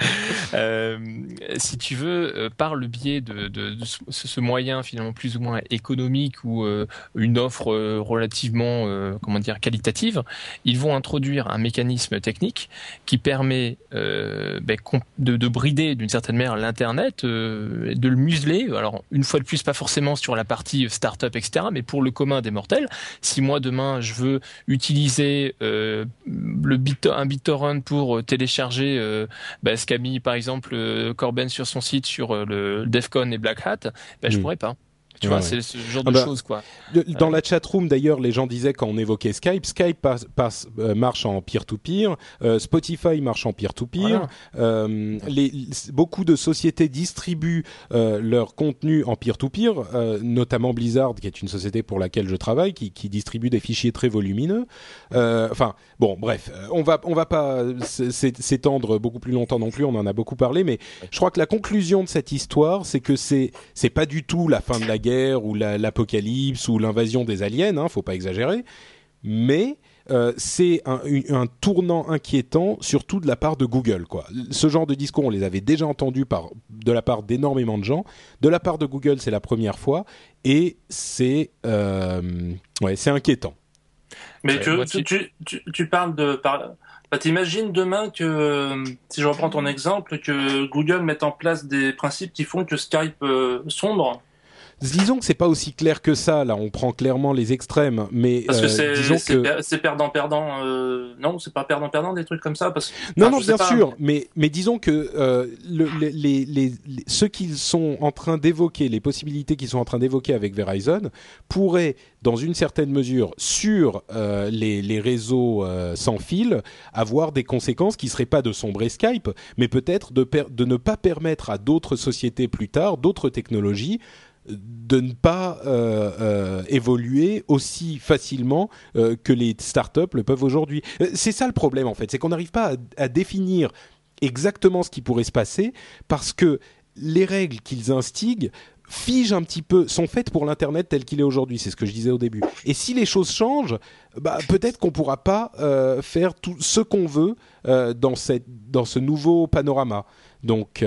Si tu veux, par le biais de ce moyen finalement plus ou moins économique ou une offre relativement qualitative, ils vont introduire un mécanisme technique qui permet de brider d'une certaine manière l'internet, de le museler. Alors une fois de plus, pas forcément sur la partie start-up, etc., mais pour le commun des mortels. Si moi demain je veux utiliser un BitTorrent pour télécharger ce qu'a mis par exemple Corben sur son site sur le DEFCON et Black Hat, je pourrais pas. Tu vois, c'est ce genre de choses, quoi. Dans la chatroom, d'ailleurs, les gens disaient quand on évoquait Skype marche en peer-to-peer, Spotify marche en peer-to-peer, beaucoup de sociétés distribuent leur contenu en peer-to-peer, notamment Blizzard, qui est une société pour laquelle je travaille, qui distribue des fichiers très volumineux. On va pas s'étendre beaucoup plus longtemps non plus, on en a beaucoup parlé, mais je crois que la conclusion de cette histoire, c'est que c'est pas du tout la fin de la guerre ou l'apocalypse ou l'invasion des aliens, faut pas exagérer, mais c'est un tournant inquiétant, surtout de la part de Google, quoi. Ce genre de discours, on les avait déjà entendus de la part d'énormément de gens. De la part de Google, c'est la première fois, et c'est inquiétant. Mais Moi, tu parles de... Bah, t'imagines demain que, si je reprends ton exemple, que Google mette en place des principes qui font que Skype sombre. Disons que c'est pas aussi clair que ça. Là, on prend clairement les extrêmes, mais Parce que disons que c'est perdant-perdant. Non, c'est pas perdant-perdant, des trucs comme ça. non, bien sûr, mais disons que ceux qu'ils sont en train d'évoquer, les possibilités qu'ils sont en train d'évoquer avec Verizon, pourraient, dans une certaine mesure, sur les réseaux sans fil, avoir des conséquences qui seraient pas de sombrer Skype, mais peut-être de ne pas permettre à d'autres sociétés plus tard, d'autres technologies, de ne pas évoluer aussi facilement que les startups le peuvent aujourd'hui. C'est ça le problème en fait, c'est qu'on n'arrive pas à définir exactement ce qui pourrait se passer parce que les règles qu'ils instiguent figent un petit peu, sont faites pour l'internet tel qu'il est aujourd'hui, c'est ce que je disais au début. Et si les choses changent, peut-être qu'on pourra pas faire tout ce qu'on veut dans ce nouveau panorama. Donc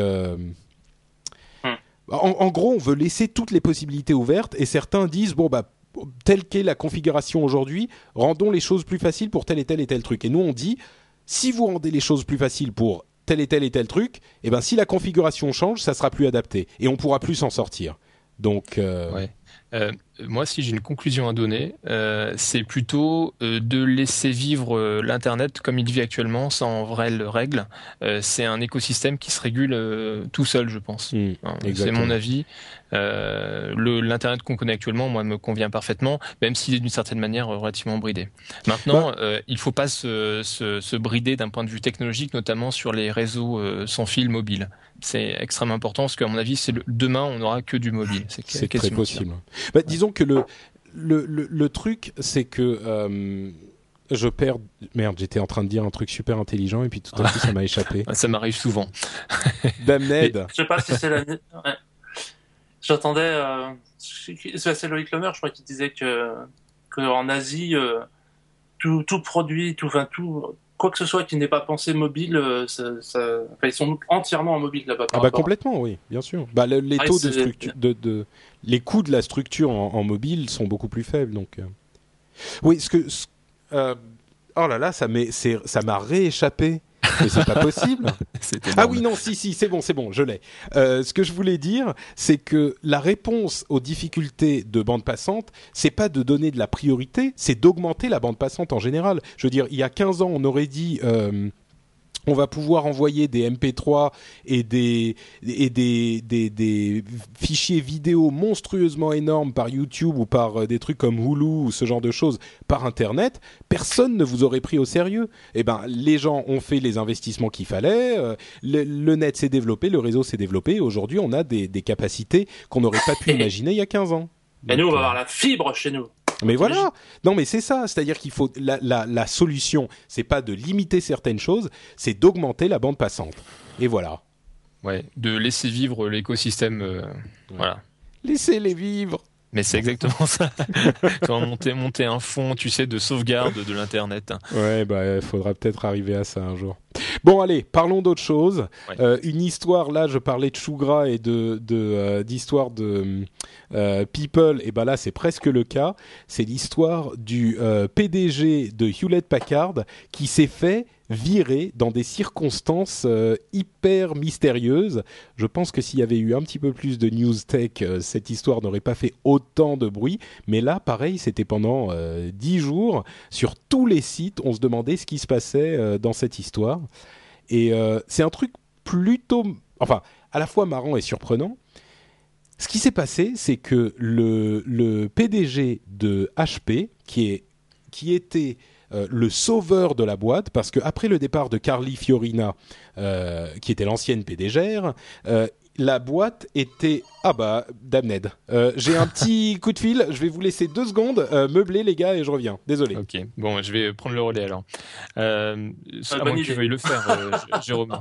en gros, on veut laisser toutes les possibilités ouvertes et certains disent telle qu'est la configuration aujourd'hui, rendons les choses plus faciles pour tel et tel truc. Et nous on dit si vous rendez les choses plus faciles pour tel et tel truc, si la configuration change, ça sera plus adapté et on pourra plus s'en sortir. Donc ouais. Moi, si j'ai une conclusion à donner, c'est plutôt de laisser vivre l'Internet comme il vit actuellement, sans vraies règles. C'est un écosystème qui se régule tout seul, je pense. C'est mon avis. L'Internet qu'on connaît actuellement, moi, me convient parfaitement, même s'il est d'une certaine manière relativement bridé. Maintenant, il ne faut pas se brider d'un point de vue technologique, notamment sur les réseaux sans fil mobile. C'est extrêmement important parce qu'à mon avis, demain, on n'aura que du mobile. C'est très possible. Disons que le truc, c'est que je perds... Merde, j'étais en train de dire un truc super intelligent et puis tout à coup, ça m'a échappé. Ça m'arrive souvent. Damned. Je sais pas si c'est la... Ouais. J'entendais... c'est Loïc Lemer, je crois, qui disait que en Asie, tout produit, quoi que ce soit qui n'est pas pensé mobile, ils sont entièrement en mobile là-bas. Complètement, oui, bien sûr. Les taux de structure, les coûts de la structure en mobile sont beaucoup plus faibles, donc. Oui, oh là là, ça m'a rééchappé. Mais c'est pas possible. Ah oui, non, si, c'est bon, je l'ai. Ce que je voulais dire, c'est que la réponse aux difficultés de bande passante, c'est pas de donner de la priorité, c'est d'augmenter la bande passante en général. Je veux dire, il y a 15 ans, on aurait dit... on va pouvoir envoyer des MP3 et des fichiers vidéo monstrueusement énormes par YouTube ou par des trucs comme Hulu ou ce genre de choses par Internet. Personne ne vous aurait pris au sérieux. Les gens ont fait les investissements qu'il fallait, le net s'est développé, le réseau s'est développé. Et aujourd'hui, on a des capacités qu'on n'aurait pas pu imaginer il y a 15 ans. Et nous, on va avoir la fibre chez nous. Mais voilà, non mais c'est ça, c'est-à-dire qu'il faut la solution, c'est pas de limiter certaines choses, c'est d'augmenter la bande passante. Et voilà. Ouais, de laisser vivre l'écosystème. Voilà. Laissez-les vivre. Mais c'est exactement ça. Quand monter un fonds, tu sais, de sauvegarde de l'internet. Ouais, faudra peut-être arriver à ça un jour. Bon, allez, parlons d'autre chose. Ouais. Une histoire, là, je parlais de Chougra et d'histoire de People, et là, c'est presque le cas. C'est l'histoire du PDG de Hewlett-Packard qui s'est fait virer dans des circonstances hyper mystérieuses. Je pense que s'il y avait eu un petit peu plus de news tech, cette histoire n'aurait pas fait autant de bruit. Mais là, pareil, c'était pendant 10 jours. Sur tous les sites, on se demandait ce qui se passait dans cette histoire. Et c'est un truc plutôt... Enfin, à la fois marrant et surprenant. Ce qui s'est passé, c'est que le PDG de HP, qui était... le sauveur de la boîte, parce qu'après le départ de Carly Fiorina, qui était l'ancienne PDG, la boîte était... Damned. J'ai un petit coup de fil, je vais vous laisser 2 secondes, meubler les gars, et je reviens. Désolé. Ok, bon, je vais prendre le relais alors. Avant que tu veuilles le faire, Jérôme.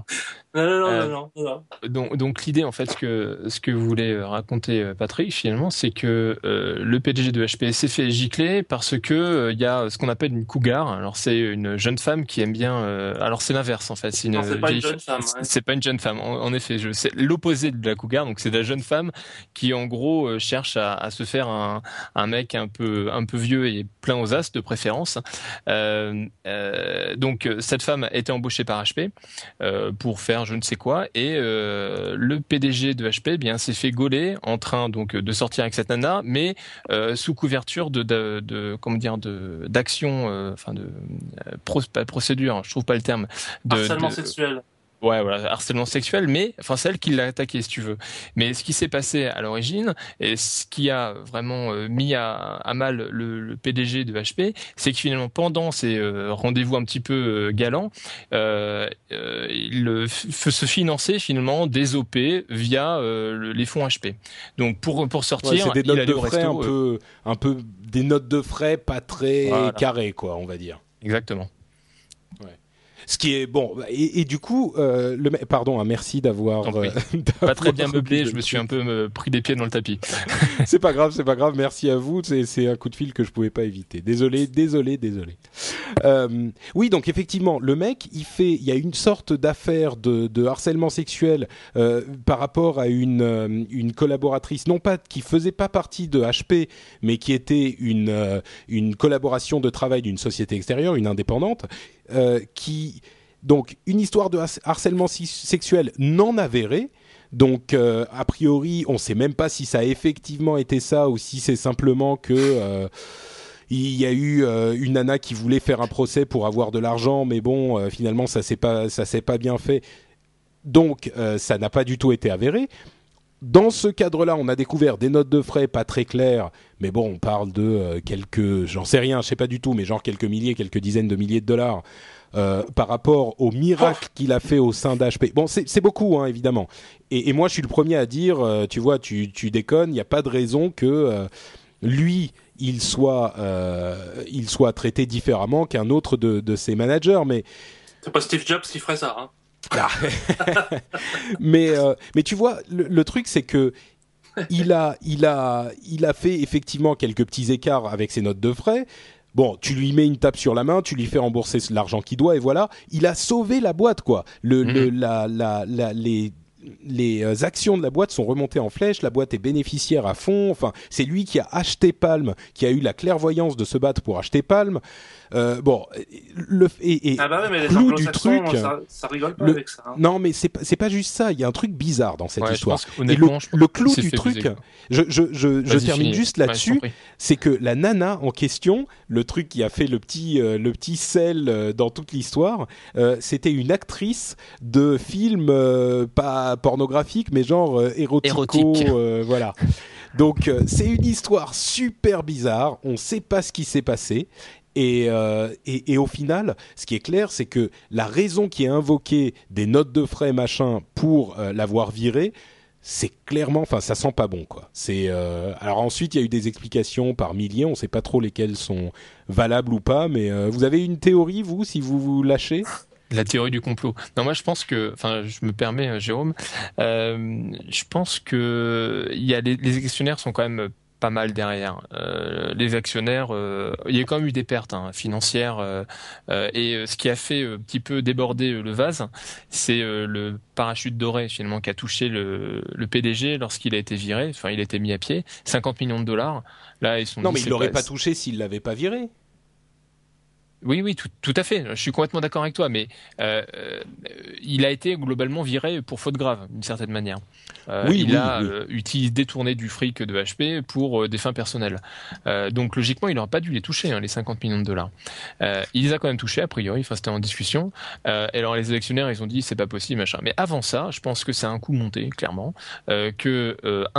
Non. Donc l'idée, en fait, ce que vous voulez raconter, Patrick, finalement, c'est que le PDG de HP s'est fait gicler parce que il y a ce qu'on appelle une cougar. Alors c'est une jeune femme qui aime bien... alors c'est l'inverse, en fait. C'est pas une jeune femme. Ouais. C'est pas une jeune femme, en effet. C'est l'opposé composée de la cougar, donc c'est de la jeune femme qui en gros cherche à se faire un mec un peu vieux et plein aux as de préférence. Donc cette femme a été embauchée par HP pour faire je ne sais quoi, et le PDG de HP bien s'est fait gauler en train donc de sortir avec cette nana, mais sous couverture d'action, enfin de pas procédure, je trouve pas le terme, harcèlement sexuel. Ouais, voilà, harcèlement sexuel, mais enfin c'est elle qui l'a attaqué, si tu veux. Mais ce qui s'est passé à l'origine, et ce qui a vraiment mis à mal le PDG de HP, c'est que finalement pendant ces rendez-vous un petit peu galants, il se finançait finalement des OP via les fonds HP. Donc pour sortir, c'est des notes de frais resto, un peu des notes de frais pas très carrées, quoi, on va dire. Exactement. Ce qui est bon, et du coup, pardon, merci d'avoir pas très bien meublé. Je me suis un peu pris des pieds dans le tapis. C'est pas grave. Merci à vous. C'est un coup de fil que je pouvais pas éviter. Désolé. Oui, donc effectivement, le mec, il y a une sorte d'affaire de harcèlement sexuel par rapport à une collaboratrice, non pas qui faisait pas partie de HP, mais qui était une collaboration de travail d'une société extérieure, une indépendante. Donc une histoire de harcèlement sexuel non avérée. Donc a priori, on sait même pas si ça a effectivement été ça ou si c'est simplement que il y a eu une nana qui voulait faire un procès pour avoir de l'argent, mais bon, finalement ça s'est pas bien fait. Donc ça n'a pas du tout été avéré. Dans ce cadre-là, on a découvert des notes de frais pas très claires, mais bon, on parle de quelques, j'en sais rien, je sais pas du tout, mais genre quelques dizaines de milliers de dollars par rapport au miracle qu'il a fait au sein d'HP. Bon, c'est beaucoup, hein, évidemment. Et moi, je suis le premier à dire, tu vois, tu déconnes, il n'y a pas de raison que lui, il soit traité différemment qu'un autre de ses managers, mais c'est pas Steve Jobs qui ferait ça, hein. mais tu vois, le truc c'est que il a fait effectivement quelques petits écarts avec ses notes de frais. Bon, tu lui mets une tape sur la main, tu lui fais rembourser l'argent qu'il doit et voilà, il a sauvé la boîte, quoi. Les actions de la boîte sont remontées en flèche, la boîte est bénéficiaire à fond. Enfin, c'est lui qui a acheté Palm, qui a eu la clairvoyance de se battre pour acheter Palm. Bon, mais clou du truc, ça rigole pas avec ça. Hein. Non, mais c'est pas juste ça. Il y a un truc bizarre dans cette histoire. Et le clou du truc, je termine juste là-dessus, c'est que la nana en question, le truc qui a fait le petit sel dans toute l'histoire, c'était une actrice de film pas pornographique, mais genre érotico, voilà. Donc c'est une histoire super bizarre. On sait pas ce qui s'est passé. Et au final, ce qui est clair, c'est que la raison qui est invoquée des notes de frais machin pour l'avoir viré, c'est clairement, enfin, ça sent pas bon, quoi. Alors ensuite, il y a eu des explications par milliers, on sait pas trop lesquelles sont valables ou pas, mais vous avez une théorie, vous, si vous vous lâchez? La théorie du complot. Non, moi je pense que, enfin, je me permets, Jérôme, je pense que les actionnaires sont quand même pas mal derrière. Les actionnaires, il y a quand même eu des pertes financières, et ce qui a fait un petit peu déborder le vase, c'est le parachute doré finalement qui a touché le PDG lorsqu'il a été viré. Enfin, il a été mis à pied. 50 millions de dollars. Là, ils sont. Non, mais il l'aurait pas touché s'il l'avait pas viré. Oui, tout à fait. Je suis complètement d'accord avec toi, mais il a été globalement viré pour faute grave, d'une certaine manière. Il a détourné du fric de HP pour des fins personnelles. Donc logiquement, il n'aurait pas dû les toucher, les 50 millions de dollars. Il les a quand même touchés, a priori, enfin c'était en discussion. Et alors les actionnaires, ils ont dit c'est pas possible, machin. Mais avant ça, je pense que c'est un coup monté, clairement, que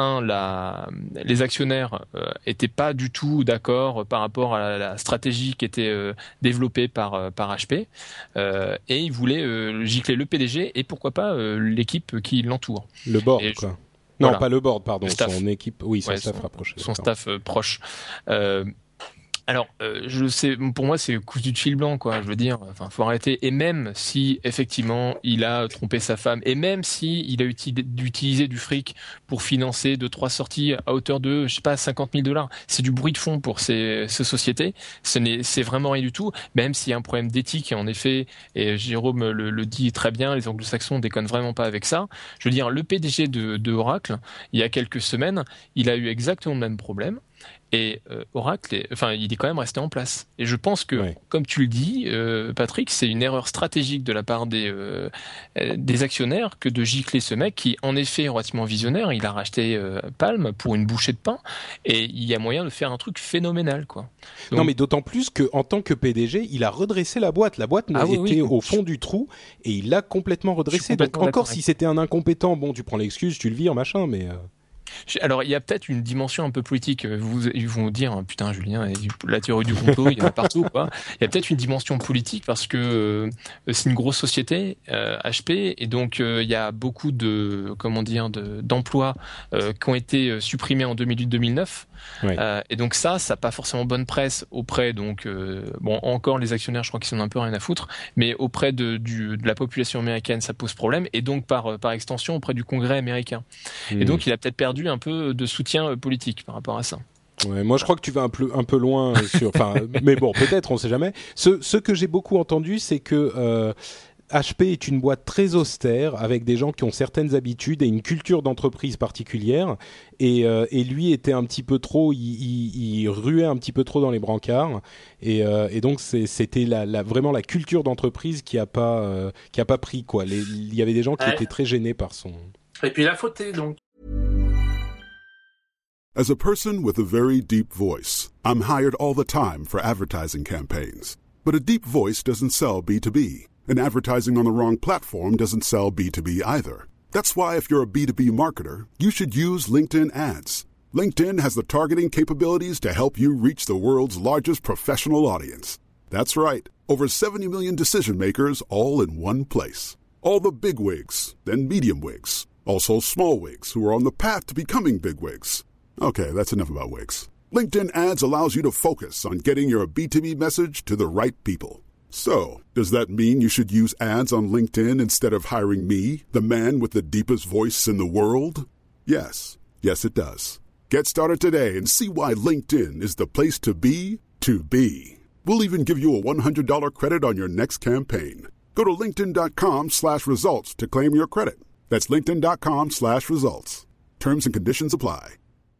les actionnaires étaient pas du tout d'accord par rapport à la stratégie qui était développé par HP, et il voulait gicler le PDG et pourquoi pas l'équipe qui l'entoure. Le board, quoi. Non, voilà. pas le board, pardon. Son équipe, oui, son staff rapproché. Son staff proche. Alors, je sais, pour moi, c'est cousu de fil blanc, quoi. Je veux dire, enfin, faut arrêter. Et même si effectivement il a trompé sa femme, et même si il a utilisé du fric pour financer 2-3 sorties à hauteur de, je sais pas, $50,000, c'est du bruit de fond pour ces sociétés. C'est vraiment rien du tout. Même s'il y a un problème d'éthique, en effet, et Jérôme le dit très bien, les Anglo-Saxons déconnent vraiment pas avec ça. Je veux dire, le PDG de Oracle, il y a quelques semaines, il a eu exactement le même problème. Et Oracle, il est quand même resté en place. Et je pense que, comme tu le dis, Patrick, c'est une erreur stratégique de la part des actionnaires que de gicler ce mec qui, en effet, est relativement visionnaire. Il a racheté Palm pour une bouchée de pain, et il y a moyen de faire un truc phénoménal, quoi. Donc, non, mais d'autant plus qu'en tant que PDG, il a redressé la boîte. La boîte était au fond du trou et il l'a complètement redressée. Donc encore, si c'était un incompétent, bon, tu prends l'excuse, tu le vires, machin, mais... Alors, il y a peut-être une dimension un peu politique. Ils vont dire, putain, Julien, la théorie du complot, il y en a partout, quoi. Il y a peut-être une dimension politique parce que c'est une grosse société, HP, et donc il y a beaucoup d'emplois qui ont été supprimés en 2008-2009. Ouais. Et donc ça n'a pas forcément bonne presse auprès, encore les actionnaires, je crois qu'ils en ont un peu rien à foutre, mais auprès de la population américaine, ça pose problème, et donc par extension auprès du Congrès américain. Et donc il a peut-être perdu un peu de soutien politique par rapport à ça. Ouais, moi je crois que tu vas un peu loin mais bon, peut-être, on sait jamais. Ce que j'ai beaucoup entendu, c'est que HP est une boîte très austère, avec des gens qui ont certaines habitudes et une culture d'entreprise particulière, et lui était un petit peu trop, il ruait un petit peu trop dans les brancards, et donc c'était vraiment la culture d'entreprise qui a pas pris, quoi. Il y avait des gens qui étaient très gênés par son... Et puis il a fauté, donc. As a person with a very deep voice, I'm hired all the time for advertising campaigns. But a deep voice doesn't sell B2B. And advertising on the wrong platform doesn't sell B2B either. That's why if you're a B2B marketer, you should use LinkedIn ads. LinkedIn has the targeting capabilities to help you reach the world's largest professional audience. That's right, over 70 million decision makers all in one place. All the big wigs, then medium wigs. Also small wigs who are on the path to becoming big wigs. Okay, that's enough about wigs. LinkedIn ads allows you to focus on getting your B2B message to the right people. So, does that mean you should use ads on LinkedIn instead of hiring me, the man with the deepest voice in the world? Yes. Yes, it does. Get started today and see why LinkedIn is the place to be. We'll even give you a $100 credit on your next campaign. Go to linkedin.com/results to claim your credit. That's linkedin.com/results. Terms and conditions apply.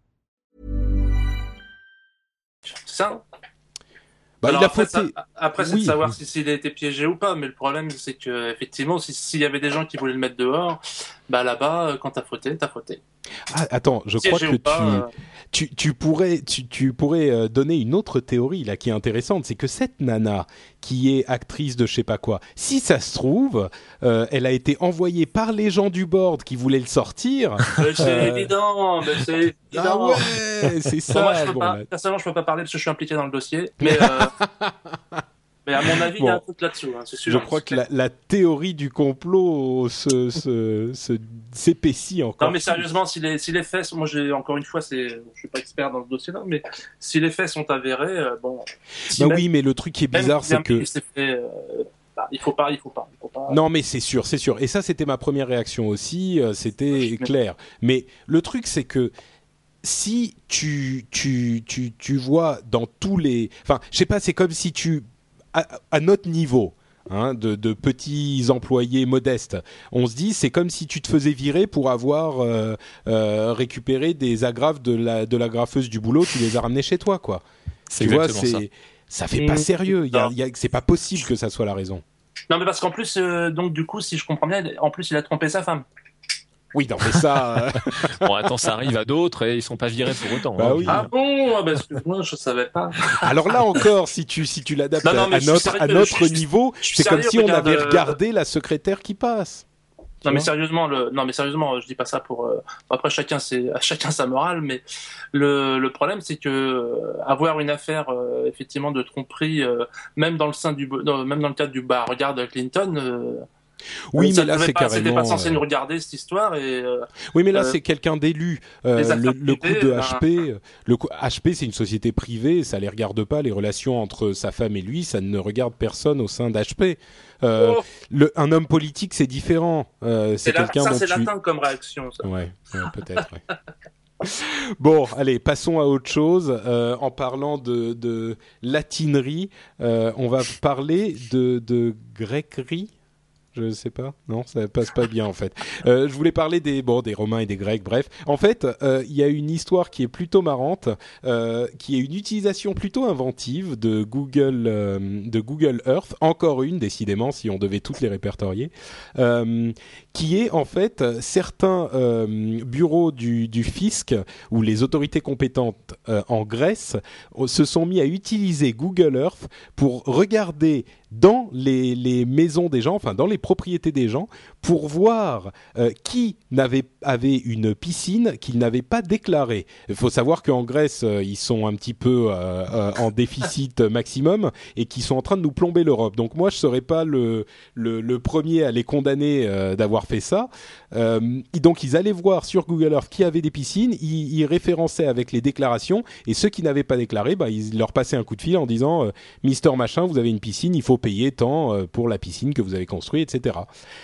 C'est ça. Alors, il a fauté. Après, c'est de savoir s'il a été piégé ou pas. Mais le problème, c'est que effectivement, s'il y avait des gens qui voulaient le mettre dehors, là-bas, quand t'as fauté, t'as fauté. Ah, attends, je crois que tu pourrais donner une autre théorie là qui est intéressante, c'est que cette nana qui est actrice de je sais pas quoi, si ça se trouve, elle a été envoyée par les gens du board qui voulaient le sortir. C'est évident, c'est évident. Ah ouais, c'est ça. Personnellement, je peux pas parler parce que je suis impliqué dans le dossier, mais à mon avis, il y a un truc là-dessous, c'est sûr. Je crois que la théorie du complot s'épaissit encore. Non, mais sérieusement, si les faits, moi, encore une fois, je suis pas expert dans le dossier-là, mais si les faits sont avérés, oui, mais le truc qui est bizarre, c'est que... Il faut pas. Non, mais c'est sûr. Et ça, c'était ma première réaction aussi, c'était clair. Mais le truc, c'est que si tu vois dans tous les... Enfin, je sais pas, c'est comme si à notre niveau, de petits employés modestes, on se dit c'est comme si tu te faisais virer pour avoir récupéré des agrafes de l'agrafeuse du boulot, tu les as ramenés chez toi, quoi. Tu vois, ça fait pas sérieux. C'est pas possible que ça soit la raison. Non, mais parce qu'en plus, donc du coup, si je comprends bien, en plus il a trompé sa femme. Oui, non, mais ça... Bon, attends, ça arrive à d'autres et ils sont pas virés pour autant. Bah oui. Ah bon, excuse-moi, je savais pas. Alors là encore, si tu l'adaptes à notre niveau, c'est comme si on avait regardé la secrétaire qui passe. Non mais sérieusement, je dis pas ça pour. Après, chacun sa morale, mais le problème, c'est que avoir une affaire effectivement de tromperie, même dans le cadre du regarde Clinton. Oui, mais là c'est carrément. C'était pas censé nous regarder cette histoire et. Oui, mais là c'est quelqu'un d'élu. Le coup de HP, HP c'est une société privée, ça les regarde pas les relations entre sa femme et lui, ça ne regarde personne au sein d'HP. Un homme politique c'est différent. C'est quelqu'un dont c'est latin comme réaction. Ça. Ouais, peut-être. Ouais. Bon, allez, passons à autre chose. En parlant de latinerie, on va parler de grecquerie. Je sais pas, non, ça passe pas bien en fait. Je voulais parler des Romains et des Grecs, bref. En fait, il y a une histoire qui est plutôt marrante, qui est une utilisation plutôt inventive de Google Earth, encore une décidément si on devait toutes les répertorier, qui est en fait certains bureaux du fisc ou les autorités compétentes en Grèce se sont mis à utiliser Google Earth pour regarder dans les maisons des gens, enfin dans les propriétés des gens, pour voir qui avait une piscine qu'ils n'avaient pas déclarée. Il faut savoir qu'en Grèce, ils sont un petit peu en déficit maximum et qu'ils sont en train de nous plomber l'Europe. Donc moi, je serais pas le premier à les condamner d'avoir fait ça. Donc ils allaient voir sur Google Earth qui avait des piscines, ils référençaient avec les déclarations et ceux qui n'avaient pas déclaré, ils leur passaient un coup de fil en disant Mister Machin, vous avez une piscine, il faut payer tant pour la piscine que vous avez construite, etc.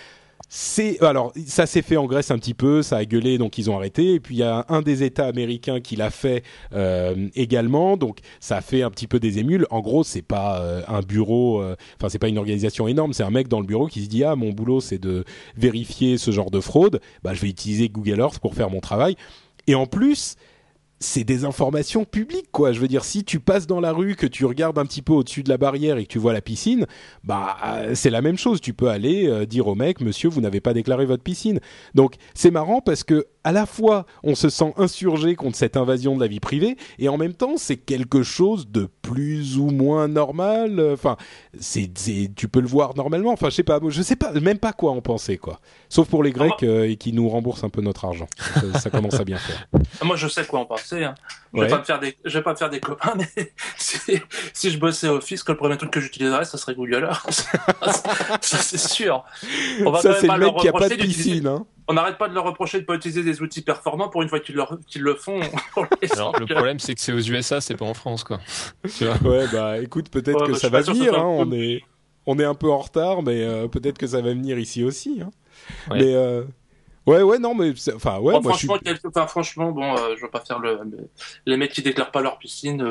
Alors ça s'est fait en Grèce un petit peu, ça a gueulé donc ils ont arrêté et puis il y a un des États américains qui l'a fait également, donc ça a fait un petit peu des émules. En gros c'est pas un bureau, enfin c'est pas une organisation énorme, c'est un mec dans le bureau qui se dit mon boulot c'est de vérifier ce genre de fraude, je vais utiliser Google Earth pour faire mon travail et en plus c'est des informations publiques, quoi. Je veux dire, si tu passes dans la rue, que tu regardes un petit peu au-dessus de la barrière et que tu vois la piscine, c'est la même chose. Tu peux aller dire au mec, monsieur, vous n'avez pas déclaré votre piscine. Donc, c'est marrant parce que à la fois, on se sent insurgé contre cette invasion de la vie privée et en même temps, c'est quelque chose de plus ou moins normal. Enfin, tu peux le voir normalement. Enfin, je sais pas, même pas quoi en penser, quoi. Sauf pour les Grecs qui nous remboursent un peu notre argent. Ça commence à bien faire. Moi, je sais quoi en penser. Hein. Je vais pas me faire des copains, mais si je bossais au fisc, le premier truc que j'utiliserais, ça serait Google Earth. Ça, c'est sûr. On va ça, quand même c'est pas le mec leur qui a pas de reprocher piscine, hein. On n'arrête pas de leur reprocher de pas utiliser des outils performants pour une fois qu'ils le font. Alors, le problème, c'est que c'est aux USA, c'est pas en France, quoi. Tu vois. Ouais, écoute, peut-être que ça va venir, hein. On est un peu en retard, mais peut-être que ça va venir ici aussi, hein. Ouais. Mais non, mais moi franchement, bon, je veux pas faire les mecs qui déclarent pas leur piscine.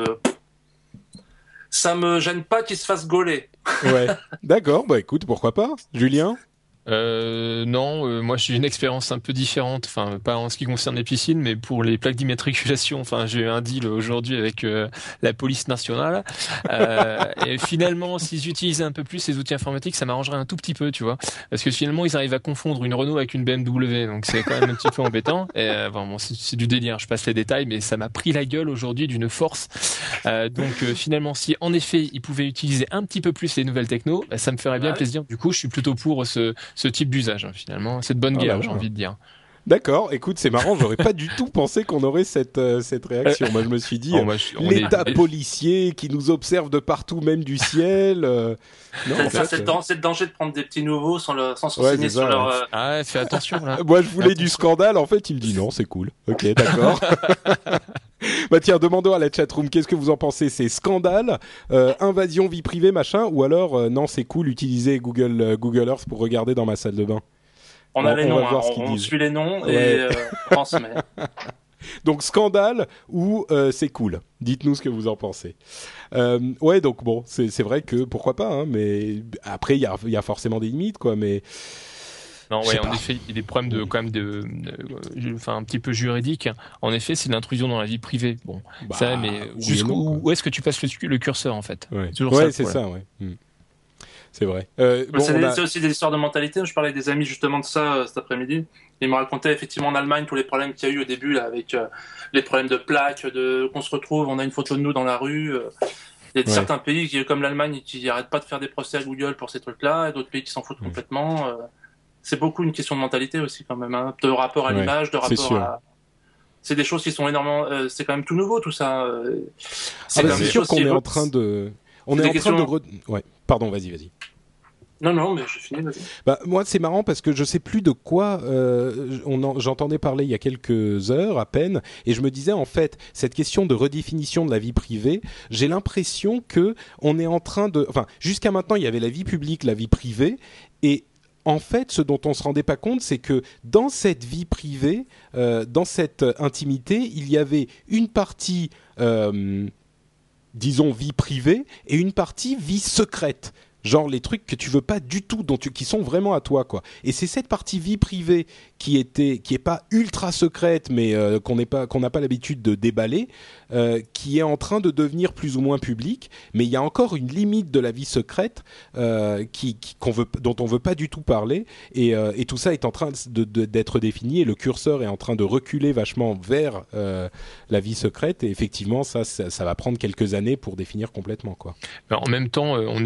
Ça me gêne pas qu'ils se fassent gauler. Ouais. D'accord, écoute, pourquoi pas, Julien? Non, moi j'ai une expérience un peu différente, enfin pas en ce qui concerne les piscines, mais pour les plaques d'immatriculation. Enfin, j'ai eu un deal aujourd'hui avec la police nationale. Et finalement, s'ils utilisaient un peu plus ces outils informatiques, ça m'arrangerait un tout petit peu, tu vois, parce que finalement ils arrivent à confondre une Renault avec une BMW, donc c'est quand même un petit peu embêtant. Et bon, c'est du délire. Je passe les détails, mais ça m'a pris la gueule aujourd'hui d'une force. Donc finalement, si en effet ils pouvaient utiliser un petit peu plus les nouvelles techno, ça me ferait bien plaisir. Du coup, je suis plutôt pour ce type d'usage, finalement. C'est de bonne guerre, j'ai envie de dire. D'accord, écoute, c'est marrant, j'aurais pas du tout pensé qu'on aurait cette réaction. Moi, je me suis dit, l'État policier qui nous observe de partout, même du ciel. Non, c'est le danger de prendre des petits nouveaux sans s'enseigner sur leur... Ah, fais attention, là. Moi, je voulais du scandale, en fait, il me dit non, c'est cool. Ok, d'accord. Tiens, demandons à la chatroom, qu'est-ce que vous en pensez? C'est scandale, invasion vie privée, machin, ou alors, non, c'est cool, utiliser Google Earth pour regarder dans ma salle de bain? On a les noms, on suit les noms et on transmet. Donc scandale ou c'est cool. Dites-nous ce que vous en pensez. Donc bon, c'est vrai que pourquoi pas, hein, mais après il y a forcément des limites, quoi. Mais non, en effet, il y a des problèmes un petit peu juridiques. En effet, c'est l'intrusion dans la vie privée. Bon, ça, mais où est-ce que tu passes le curseur, en fait? Ouais, c'est toujours ça. C'est ça, ouais. C'est vrai. C'est aussi des histoires de mentalité. Je parlais des amis justement de ça cet après-midi. Ils me racontaient effectivement en Allemagne tous les problèmes qu'il y a eu au début là, avec les problèmes de plaques, qu'on se retrouve, on a une photo de nous dans la rue. Il y a certains pays comme l'Allemagne qui n'arrêtent pas de faire des procès à Google pour ces trucs-là, et d'autres pays qui s'en foutent complètement. C'est beaucoup une question de mentalité aussi quand même, hein, de rapport à l'image, de rapport à... C'est des choses qui sont énormément... c'est quand même tout nouveau tout ça. C'est sûr qu'on est en train de... Ouais, pardon, vas-y. Non, mais j'ai fini, vas-y. Bah, moi, c'est marrant parce que je sais plus de quoi j'entendais parler il y a quelques heures à peine, et je me disais en fait cette question de redéfinition de la vie privée, j'ai l'impression que on est en train de, enfin, jusqu'à maintenant, il y avait la vie publique, la vie privée, et en fait, ce dont on se rendait pas compte, c'est que dans cette vie privée, dans cette intimité, il y avait une partie, disons, vie privée et une partie vie secrète. Genre les trucs que tu veux pas du tout, qui sont vraiment à toi, quoi. Et c'est cette partie vie privée qui est pas ultra secrète, mais qu'on n'a pas l'habitude de déballer, qui est en train de devenir plus ou moins publique. Mais il y a encore une limite de la vie secrète dont on veut pas du tout parler. Et tout ça est en train d'être défini. Et le curseur est en train de reculer vachement vers la vie secrète. Et effectivement, ça va prendre quelques années pour définir complètement, quoi. Alors, en même temps, on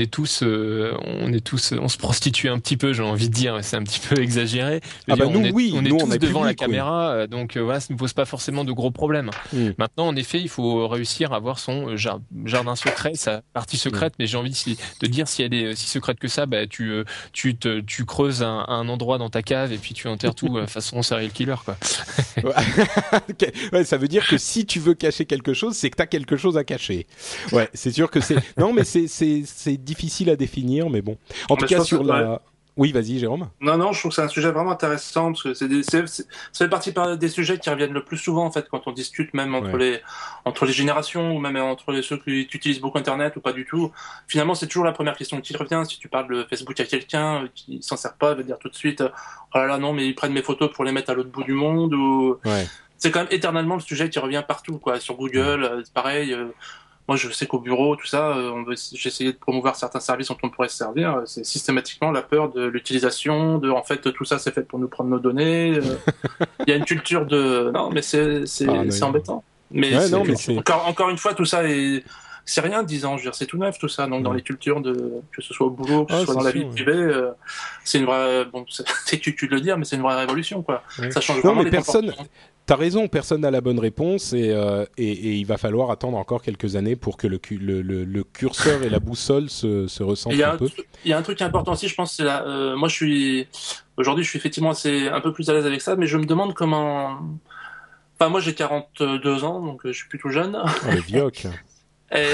se prostitue un petit peu, j'ai envie de dire, c'est un petit peu exagéré. On est tous devant public, la caméra, donc voilà, ça ne pose pas forcément de gros problèmes. Maintenant, en effet, il faut réussir à avoir son jardin secret, sa partie secrète, mais j'ai envie de dire, si elle est si secrète que ça, bah, tu creuses un endroit dans ta cave et puis tu enterres tout façon serial killer, quoi. Ouais, ça veut dire que si tu veux cacher quelque chose, c'est que t'as quelque chose à cacher. Ouais, c'est sûr que c'est... Non, mais c'est difficile à définir, mais bon. En tout cas, sur la... Ouais. Oui, vas-y, Jérôme. Non, je trouve que c'est un sujet vraiment intéressant parce que ça fait partie des sujets qui reviennent le plus souvent en fait quand on discute même entre les générations ou même entre ceux qui utilisent beaucoup Internet ou pas du tout. Finalement, c'est toujours la première question qui revient. Si tu parles de Facebook à quelqu'un qui s'en sert pas, il va dire tout de suite oh là là non mais ils prennent mes photos pour les mettre à l'autre bout du monde ou c'est quand même éternellement le sujet qui revient partout quoi. Sur Google, c'est pareil. Moi, je sais qu'au bureau, tout ça, j'ai essayé de promouvoir certains services dont on pourrait se servir. C'est systématiquement la peur de l'utilisation, en fait, tout ça, c'est fait pour nous prendre nos données. Il y a une culture de... Non, mais c'est embêtant. Mais, encore une fois, tout ça c'est rien, 10 ans, je veux dire, c'est tout neuf, tout ça. Donc, dans les cultures que ce soit au boulot, que ce soit dans la vie privée, c'est une vraie, c'est tu de le dire, mais c'est une vraie révolution, quoi. Ça change vraiment les comportements. T'as raison, personne n'a la bonne réponse et il va falloir attendre encore quelques années pour que le curseur et la boussole se ressentent un peu. Il y a un truc important aussi, je pense, c'est moi aujourd'hui je suis effectivement un peu plus à l'aise avec ça, mais je me demande comment... Enfin, moi j'ai 42 ans, donc je suis plutôt jeune. Oh, les vioques. Et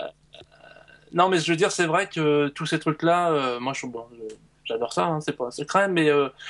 non, mais je veux dire, c'est vrai que tous ces trucs-là, moi j'adore ça, hein, c'est pas un secret, mais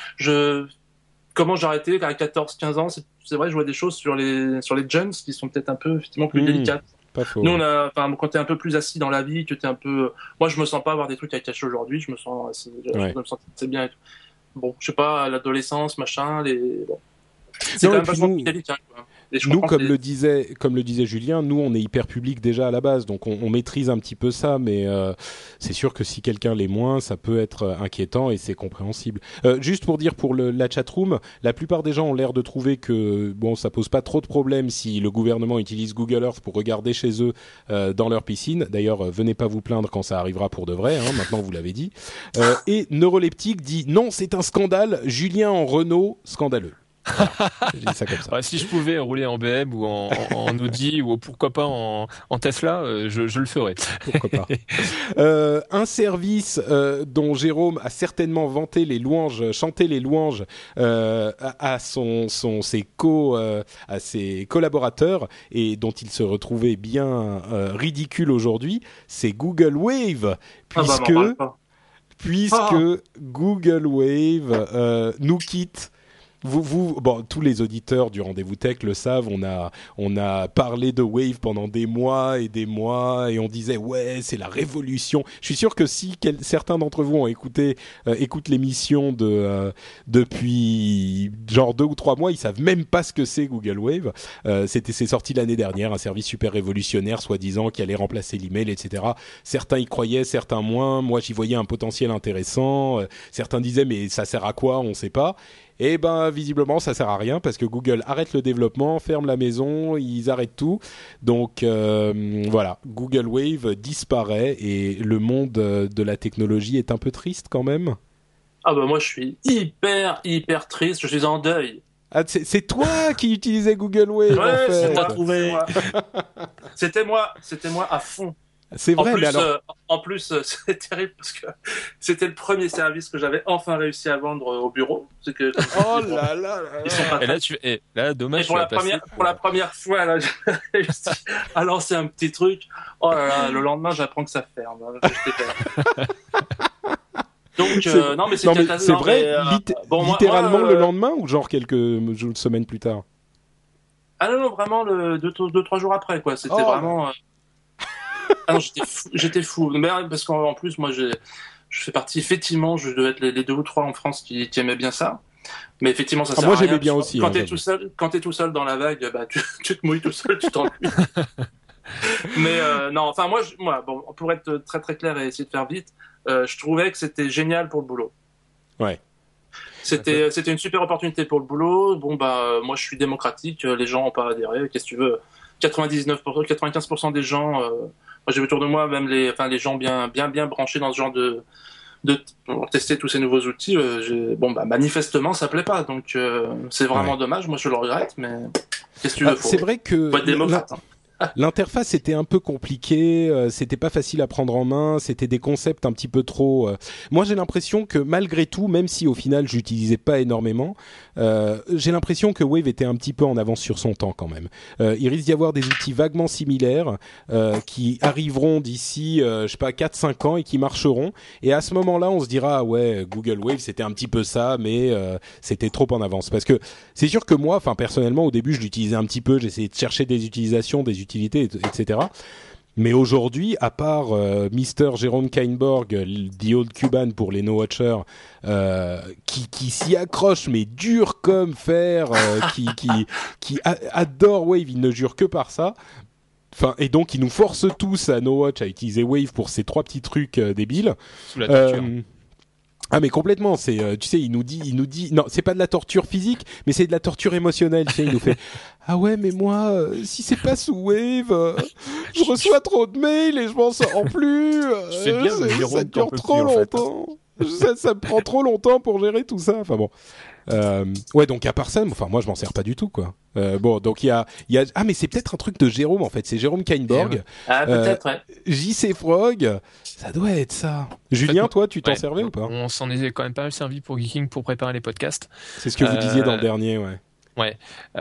comment j'ai arrêté à 14-15 ans, c'est vrai, je vois des choses sur les jeunes qui sont peut-être un peu effectivement plus délicates. Pas faux. Nous, quand t'es un peu plus assis dans la vie, que t'es un peu, moi, je me sens pas avoir des trucs à cacher aujourd'hui. Je me sens assez bien. Et tout. Bon, je sais pas, l'adolescence, machin, c'est quand même vachement plus délicat, quoi. Nous, comme le disait Julien, nous on est hyper public déjà à la base, donc on maîtrise un petit peu ça, mais c'est sûr que si quelqu'un l'est moins, ça peut être inquiétant et c'est compréhensible. Juste pour dire pour la chatroom, la plupart des gens ont l'air de trouver que bon, ça pose pas trop de problèmes si le gouvernement utilise Google Earth pour regarder chez eux dans leur piscine. D'ailleurs, venez pas vous plaindre quand ça arrivera pour de vrai, hein, maintenant vous l'avez dit. Et Neuroleptique dit non, c'est un scandale. Julien en Renault, scandaleux. Voilà, je dis ça comme ça. Ouais, si je pouvais rouler en BM ou en Audi ou pourquoi pas en Tesla, je le ferais. Pourquoi pas. Un service dont Jérôme a certainement chanté les louanges à ses collaborateurs et dont il se retrouvait bien ridicule aujourd'hui, c'est Google Wave, puisque Google Wave nous quitte. Bon, tous les auditeurs du Rendez-vous Tech le savent. On a parlé de Wave pendant des mois et on disait ouais, c'est la révolution. Je suis sûr que si certains d'entre vous ont écoutent l'émission depuis genre 2 ou 3 mois, ils savent même pas ce que c'est Google Wave. C'est sorti l'année dernière, un service super révolutionnaire, soi-disant, qui allait remplacer l'email, etc. Certains y croyaient, certains moins. Moi, j'y voyais un potentiel intéressant. Certains disaient mais ça sert à quoi ? On sait pas. Eh ben, visiblement, ça sert à rien parce que Google arrête le développement, ferme la maison, ils arrêtent tout. Donc, voilà, Google Wave disparaît et le monde de la technologie est un peu triste quand même. Ah bah moi, je suis hyper triste. Je suis en deuil. Ah, c'est toi qui utilisais Google Wave, ouais, en fait. C'était moi à fond. C'est vrai, mais alors... En plus, c'est terrible parce que c'était le premier service que j'avais enfin réussi à vendre au bureau. C'est que, oh là là là. Ils sont pas là, dommage. Et pour la première fois, là, j'ai réussi à lancer un petit truc. Oh là là, le lendemain, j'apprends que ça ferme. Donc, non, mais c'est vrai, littéralement moi, le lendemain ou genre quelques semaines plus tard? Ah non, vraiment, 2-3 jours après, quoi. C'était vraiment... Ah non, j'étais fou. Mais, parce qu'en plus, moi, je fais partie, effectivement, je devais être les 2 ou 3 en France qui aimaient bien ça. Mais effectivement, ça sert moi, à rien. j'aimais bien aussi. Quand t'es tout seul dans la vague, bah, tu te mouilles tout seul, tu t'ennuies. Mais non, enfin, moi, bon, pour être très très clair et essayer de faire vite, je trouvais que c'était génial pour le boulot. Ouais. C'était une super opportunité pour le boulot. Bon, bah, moi, je suis démocratique. Les gens n'ont pas adhéré. Qu'est-ce que tu veux? 95% des gens, moi, j'ai autour de moi même les gens bien branchés dans ce genre pour tester tous ces nouveaux outils. Bon, bah, manifestement, ça plaît pas. Donc, c'est vraiment dommage. Moi, je le regrette, mais qu'est-ce que tu veux? C'est vrai que faut être démocrate. l'interface était un peu compliquée, c'était pas facile à prendre en main, c'était des concepts un petit peu trop... Moi j'ai l'impression que malgré tout, même si au final j'utilisais pas énormément, j'ai l'impression que Wave était un petit peu en avance sur son temps quand même. Il risque d'y avoir des outils vaguement similaires qui arriveront d'ici, je sais pas, 4-5 ans et qui marcheront. Et à ce moment-là, on se dira, ah ouais, Google Wave c'était un petit peu ça, mais c'était trop en avance. Parce que c'est sûr que moi, enfin personnellement, au début je l'utilisais un petit peu, j'essayais de chercher des utilisations, des utilités, etc. Mais aujourd'hui, à part Mr. Jérôme Kainborg, The Old Cuban pour les no-watchers, qui s'y accroche mais dur comme fer, qui adore Wave, il ne jure que par ça. Enfin, et donc, il nous force tous à no-watch à utiliser Wave pour ces 3 petits trucs débiles. Sous la torture. Ah mais complètement, c'est tu sais, il nous dit non, c'est pas de la torture physique, mais c'est de la torture émotionnelle, tu sais, il nous fait ah ouais, mais moi si c'est pas sous Wave, je reçois trop de mails et je m'en sors plus, ça dure trop longtemps. Ça me prend trop longtemps pour gérer tout ça. Enfin bon. Ouais, donc à part ça, enfin moi je m'en sers pas du tout quoi. Bon, donc il y a ah mais c'est peut-être un truc de Jérôme en fait, c'est Jérôme Kainborg. Ah peut-être ouais. JC Frog, ça doit être ça. Julien, toi tu t'en servais ou pas? On s'en est quand même pas mal servi pour Geeking pour préparer les podcasts. C'est ce que vous disiez dans le dernier, ouais. Ouais,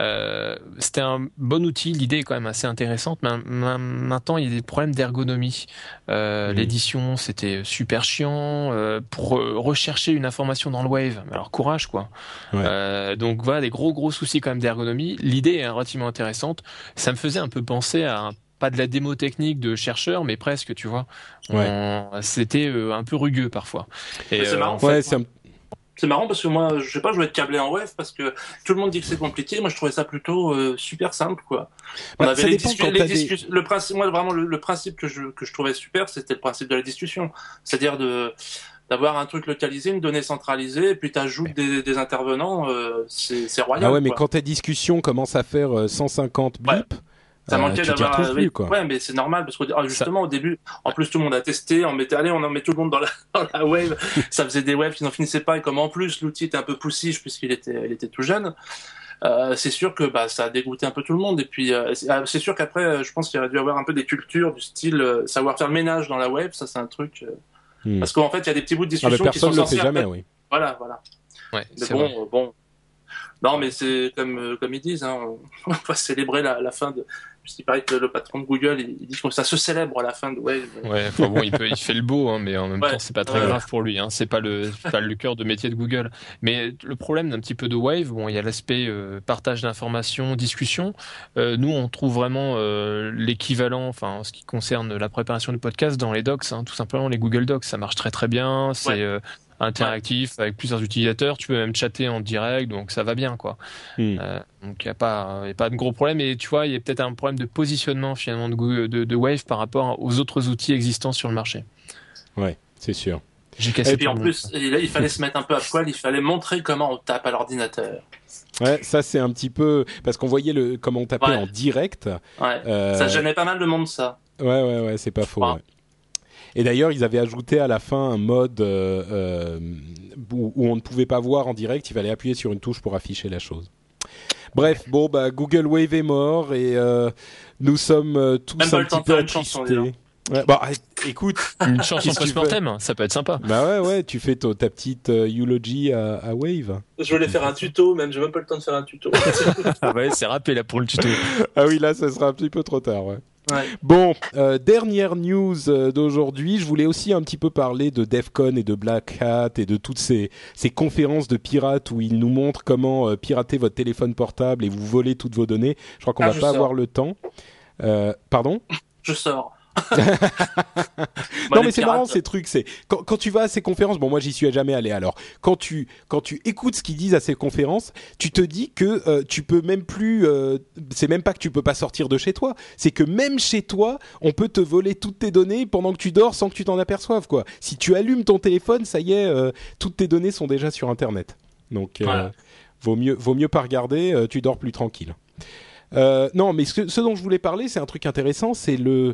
c'était un bon outil. L'idée est quand même assez intéressante. Mais maintenant, il y a des problèmes d'ergonomie. L'édition, c'était super chiant. Pour rechercher une information dans le Wave, alors courage quoi. Ouais. Donc voilà, des gros soucis quand même d'ergonomie. L'idée est relativement intéressante. Ça me faisait un peu penser à pas de la démo technique de chercheur, mais presque, tu vois. Ouais. C'était un peu rugueux parfois. Et c'est marrant. Ouais, c'est marrant parce que moi, je sais pas, je vais être câblé en Wave parce que tout le monde dit que c'est compliqué. Moi, je trouvais ça plutôt super simple, quoi. On avait les discussions. Le principe, moi, vraiment, le principe que je trouvais super, c'était le principe de la discussion. C'est-à-dire d'avoir un truc localisé, une donnée centralisée, et puis t'ajoutes des intervenants, c'est royal. Ah ouais, mais quoi. Quand ta discussion commence à faire 150 bips. Ouais. Ça manquait d'avoir. Plus, quoi. Ouais, mais c'est normal parce que justement au début, en plus tout le monde a testé, on en met tout le monde dans la wave. Ça faisait des waves qui n'en finissaient pas et comme en plus l'outil était un peu poussif puisqu'il était tout jeune, c'est sûr que ça a dégoûté un peu tout le monde. Et puis c'est sûr qu'après, je pense qu'il y aurait dû avoir un peu des cultures du style savoir faire le ménage dans la wave. Ça c'est un truc parce qu'en fait il y a des petits bouts de discussion qui sont censés. Personne ne le fait jamais, oui. Voilà. Ouais. Mais bon. Non, mais c'est comme ils disent, hein, on va célébrer la fin de. Il paraît que le patron de Google, il dit que ça se célèbre à la fin de Wave. Ouais, enfin bon, il fait le beau, hein, mais en même temps, c'est pas très grave pour lui. Hein, c'est pas le cœur de métier de Google. Mais le problème d'un petit peu de Wave, bon, il y a l'aspect partage d'informations, discussion. Nous, on trouve vraiment l'équivalent, enfin, en ce qui concerne la préparation du podcast dans les docs, hein, tout simplement les Google Docs, ça marche très très bien. C'est interactif avec plusieurs utilisateurs, tu peux même chatter en direct, donc ça va bien quoi. Donc il y a pas de gros problème, et tu vois il y a peut-être un problème de positionnement finalement de Wave par rapport aux autres outils existants sur le marché. Ouais, c'est sûr. Et puis en plus il fallait se mettre un peu à poil, il fallait montrer comment on tape à l'ordinateur. Ouais, ça c'est un petit peu parce qu'on voyait comment on tapait en direct. Ouais. Ça gênait pas mal de monde ça. Ouais, c'est pas faux. Ouais. Et d'ailleurs, ils avaient ajouté à la fin un mode où on ne pouvait pas voir en direct, il fallait appuyer sur une touche pour afficher la chose. Bref, Google Wave est mort et nous sommes tous un petit peu attristés. Ouais, bah, écoute, Une chanson qu'est-ce que tu post-mortem, ça peut être sympa. bah ouais, tu fais ta petite eulogy à Wave. Je voulais faire un tuto, même, j'ai même pas le temps de faire un tuto. Ah ouais, c'est râpé là pour le tuto. Ah oui, là, ça sera un petit peu trop tard, ouais. Ouais. Bon, dernière news d'aujourd'hui. Je voulais aussi un petit peu parler de DEF CON et de Black Hat et de toutes ces conférences de pirates où ils nous montrent comment pirater votre téléphone portable et vous voler toutes vos données. Je crois qu'on va pas avoir le temps. Pardon ? Je sors. Non mais c'est marrant ces trucs, c'est quand tu vas à ces conférences, bon moi j'y suis jamais allé alors, quand tu écoutes ce qu'ils disent à ces conférences, tu te dis que tu peux même plus, c'est même pas que tu peux pas sortir de chez toi, c'est que même chez toi, on peut te voler toutes tes données pendant que tu dors sans que tu t'en aperçoives quoi. Si tu allumes ton téléphone, ça y est, toutes tes données sont déjà sur internet. Donc voilà. vaut mieux pas regarder, tu dors plus tranquille. Non, mais ce dont je voulais parler, c'est un truc intéressant, c'est le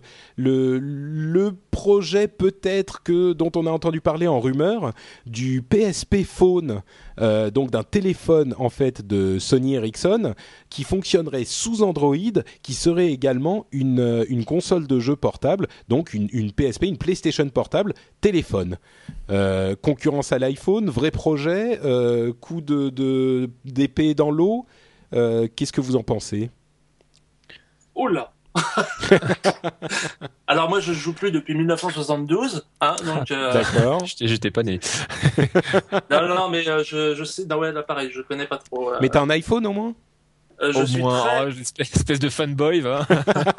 projet peut-être dont on a entendu parler en rumeur du PSP Phone, donc d'un téléphone en fait de Sony Ericsson qui fonctionnerait sous Android, qui serait également une console de jeu portable, donc une PSP, une PlayStation portable téléphone. Concurrence à l'iPhone, vrai projet, coup d'épée dans l'eau. Qu'est-ce que vous en pensez ? Oh là. Alors moi je joue plus depuis 1972, hein, donc D'accord. J'étais pas né. non mais je sais, non ouais là pareil, je connais pas trop. Mais t'as un iPhone au moins ? Je suis très... espèce de fanboy, va.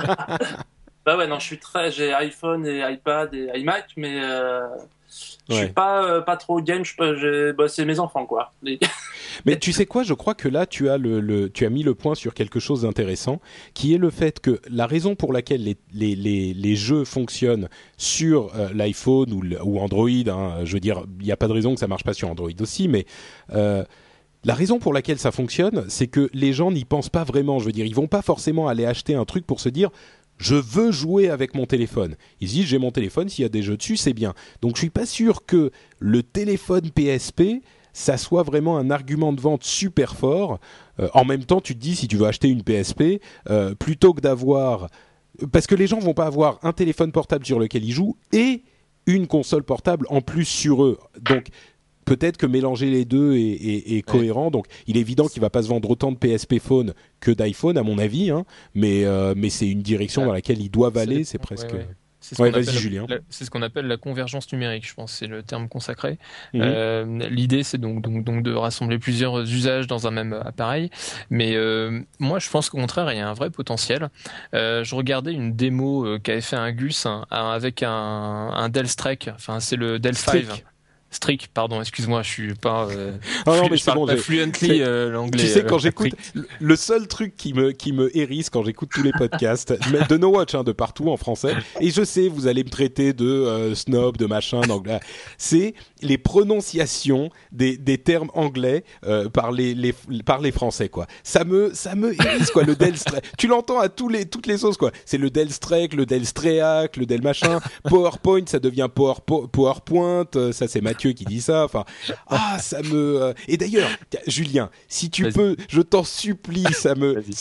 Bah ouais, non, j'ai iPhone et iPad et iMac, mais je suis pas trop game. C'est mes enfants quoi. Mais tu sais quoi, je crois que là tu as tu as mis le point sur quelque chose d'intéressant, qui est le fait que la raison pour laquelle les jeux fonctionnent sur l'iPhone ou Android, hein, je veux dire, il n'y a pas de raison que ça marche pas sur Android aussi, mais la raison pour laquelle ça fonctionne, c'est que les gens n'y pensent pas vraiment. Je veux dire, ils vont pas forcément aller acheter un truc pour se dire je veux jouer avec mon téléphone. Ils se disent j'ai mon téléphone, s'il y a des jeux dessus, c'est bien. Donc je suis pas sûr que le téléphone PSP ça soit vraiment un argument de vente super fort. En même temps, tu te dis, si tu veux acheter une PSP, plutôt que d'avoir... Parce que les gens vont pas avoir un téléphone portable sur lequel ils jouent et une console portable en plus sur eux. Donc, peut-être que mélanger les deux est cohérent. Donc, il est évident qu'il va pas se vendre autant de PSP Phone que d'iPhone, à mon avis. Hein. Mais c'est une direction dans laquelle ils doivent aller. C'est presque... Vas-y, Julien. C'est ce qu'on appelle la convergence numérique, je pense, c'est le terme consacré. Mmh. L'idée, c'est donc de rassembler plusieurs usages dans un même appareil. Mais moi, je pense qu'au contraire, il y a un vrai potentiel. Je regardais une démo qu'avait fait un Gus avec un Dell Strike. Enfin, c'est le Dell 5. Strict, pardon, excuse-moi, je suis pas. Non, mais c'est bon. Fluently l'anglais. Tu sais, quand j'écoute, le seul truc qui me hérisse quand j'écoute tous les podcasts de No Watch, hein, de partout en français, et je sais, vous allez me traiter de snob, de machin, d'anglais, c'est les prononciations des termes anglais par les Français, quoi. Ça me hérisse, quoi. Le Dell Strike, tu l'entends à toutes les sauces, quoi. C'est le Dell Strike, le Dell Streak, le Dell machin. PowerPoint, ça devient PowerPoint. Ça, c'est Mathieu qui dit ça. Enfin, ça me. Et d'ailleurs, Julien, si tu peux, je t'en supplie, ça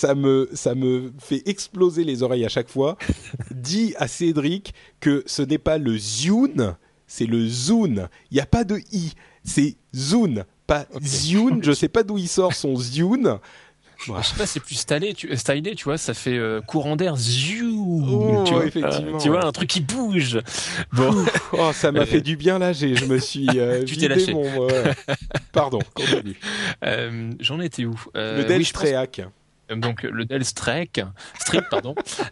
me fait exploser les oreilles à chaque fois. Dis à Cédric que ce n'est pas le Zune, c'est le Zune. Il n'y a pas de i, c'est Zune, pas Zune. Je sais pas d'où il sort son Zune. Je sais pas, c'est plus stylé, tu vois, ça fait courant d'air, tu vois, effectivement. Tu vois, un truc qui bouge. Bon. Ça m'a fait du bien là, je me suis tu t'es lâché. Pardon, continue. J'en étais où Le Dell Streak. Donc le Dell Strike, pardon.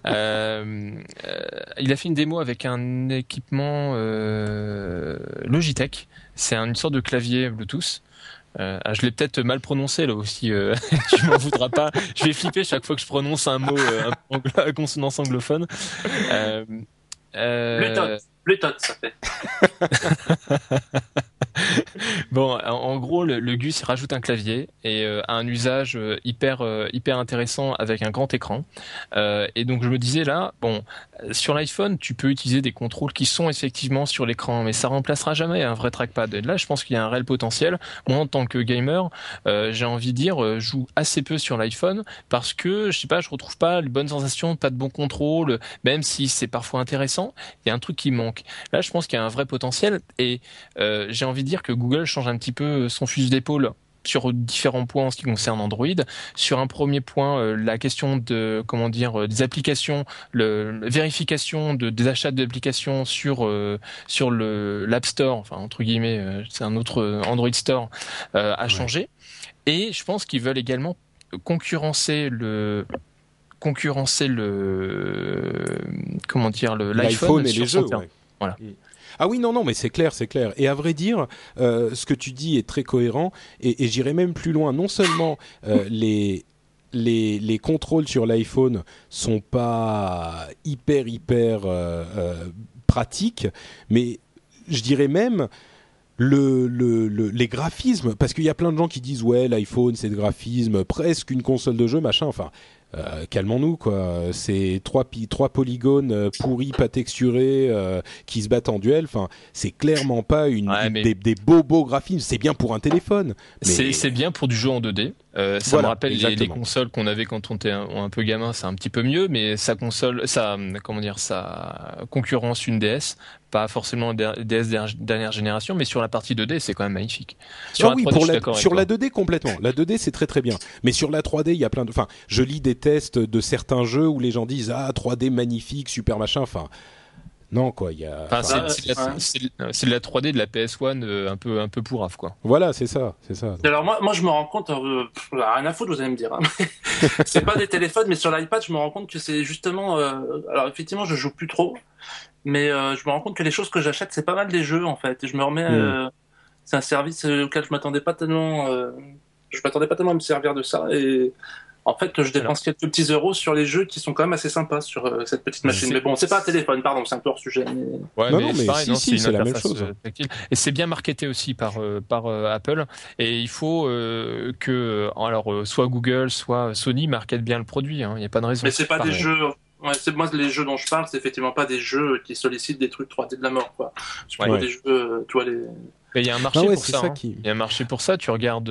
Il a fait une démo avec un équipement Logitech. C'est une sorte de clavier Bluetooth. Je l'ai peut-être mal prononcé là aussi. Tu m'en voudras pas. Je vais flipper chaque fois que je prononce un mot à consonance anglophone. Bluetooth, ça fait. Bon, en gros, le Gus il rajoute un clavier et a un usage hyper intéressant avec un grand écran. Et donc je me disais là, bon, sur l'iPhone, tu peux utiliser des contrôles qui sont effectivement sur l'écran, mais ça remplacera jamais un vrai trackpad. Et là, je pense qu'il y a un réel potentiel. Moi, en tant que gamer, j'ai envie de dire, je joue assez peu sur l'iPhone parce que je sais pas, je retrouve pas les bonnes sensations, pas de bon contrôle, même si c'est parfois intéressant. Il y a un truc qui manque. Là, je pense qu'il y a un vrai potentiel et j'ai envie de dire que Google change un petit peu son fusil d'épaule sur différents points en ce qui concerne Android. Sur un premier point, la question de des applications, la vérification des achats d'applications sur l'App Store, enfin entre guillemets, c'est un autre Android Store, a changé. Et je pense qu'ils veulent également concurrencer l'iPhone et les jeux. Ouais. Voilà. Ah oui, non, mais c'est clair. Et à vrai dire, ce que tu dis est très cohérent. Et j'irai même plus loin. Non seulement les contrôles sur l'iPhone sont pas hyper pratiques, mais je dirais même les graphismes, parce qu'il y a plein de gens qui disent ouais, l'iPhone c'est de graphisme, presque une console de jeu, machin. Enfin, calmons-nous quoi. C'est trois polygones pourris, pas texturés, qui se battent en duel. Enfin, c'est clairement pas des beaux graphismes. C'est bien pour un téléphone. Mais... C'est bien pour du jeu en 2D. Ça me rappelle les consoles qu'on avait quand on était un peu gamin, c'est un petit peu mieux, mais sa concurrence une DS, pas forcément DS dernière génération, mais sur la partie 2D, c'est quand même magnifique. Sur la 3D, sur la 2D complètement. La 2D c'est très très bien, mais sur la 3D il y a plein de. Enfin, je lis des tests de certains jeux où les gens disent 3D magnifique, super machin. Enfin. Non quoi, il y a. C'est de la 3D de la PS1 un peu pourrave quoi. Voilà, c'est ça. Alors moi je me rends compte, rien à foutre vous allez me dire, hein, mais c'est pas des téléphones, mais sur l'iPad je me rends compte que c'est justement. Alors effectivement je joue plus trop, mais je me rends compte que les choses que j'achète c'est pas mal des jeux en fait. Et je me remets, c'est un service auquel je m'attendais pas tellement à me servir de ça et. En fait, je dépense quelques petits euros sur les jeux qui sont quand même assez sympas sur cette petite machine. Mais bon, c'est pas un téléphone, pardon, c'est un peu hors sujet. Mais... Ouais, non, mais pareil, c'est la même chose. Tactile. Et c'est bien marketé aussi par Apple. Et il faut que soit Google, soit Sony marketent bien le produit. Il n'y a pas de raison. Mais c'est pas des jeux. Ouais, moi les jeux dont je parle, c'est effectivement pas des jeux qui sollicitent des trucs 3D de la mort, quoi. C'est plutôt des jeux, tu vois les. Mais il y a un marché pour ça. Il y a un marché pour ça. Tu regardes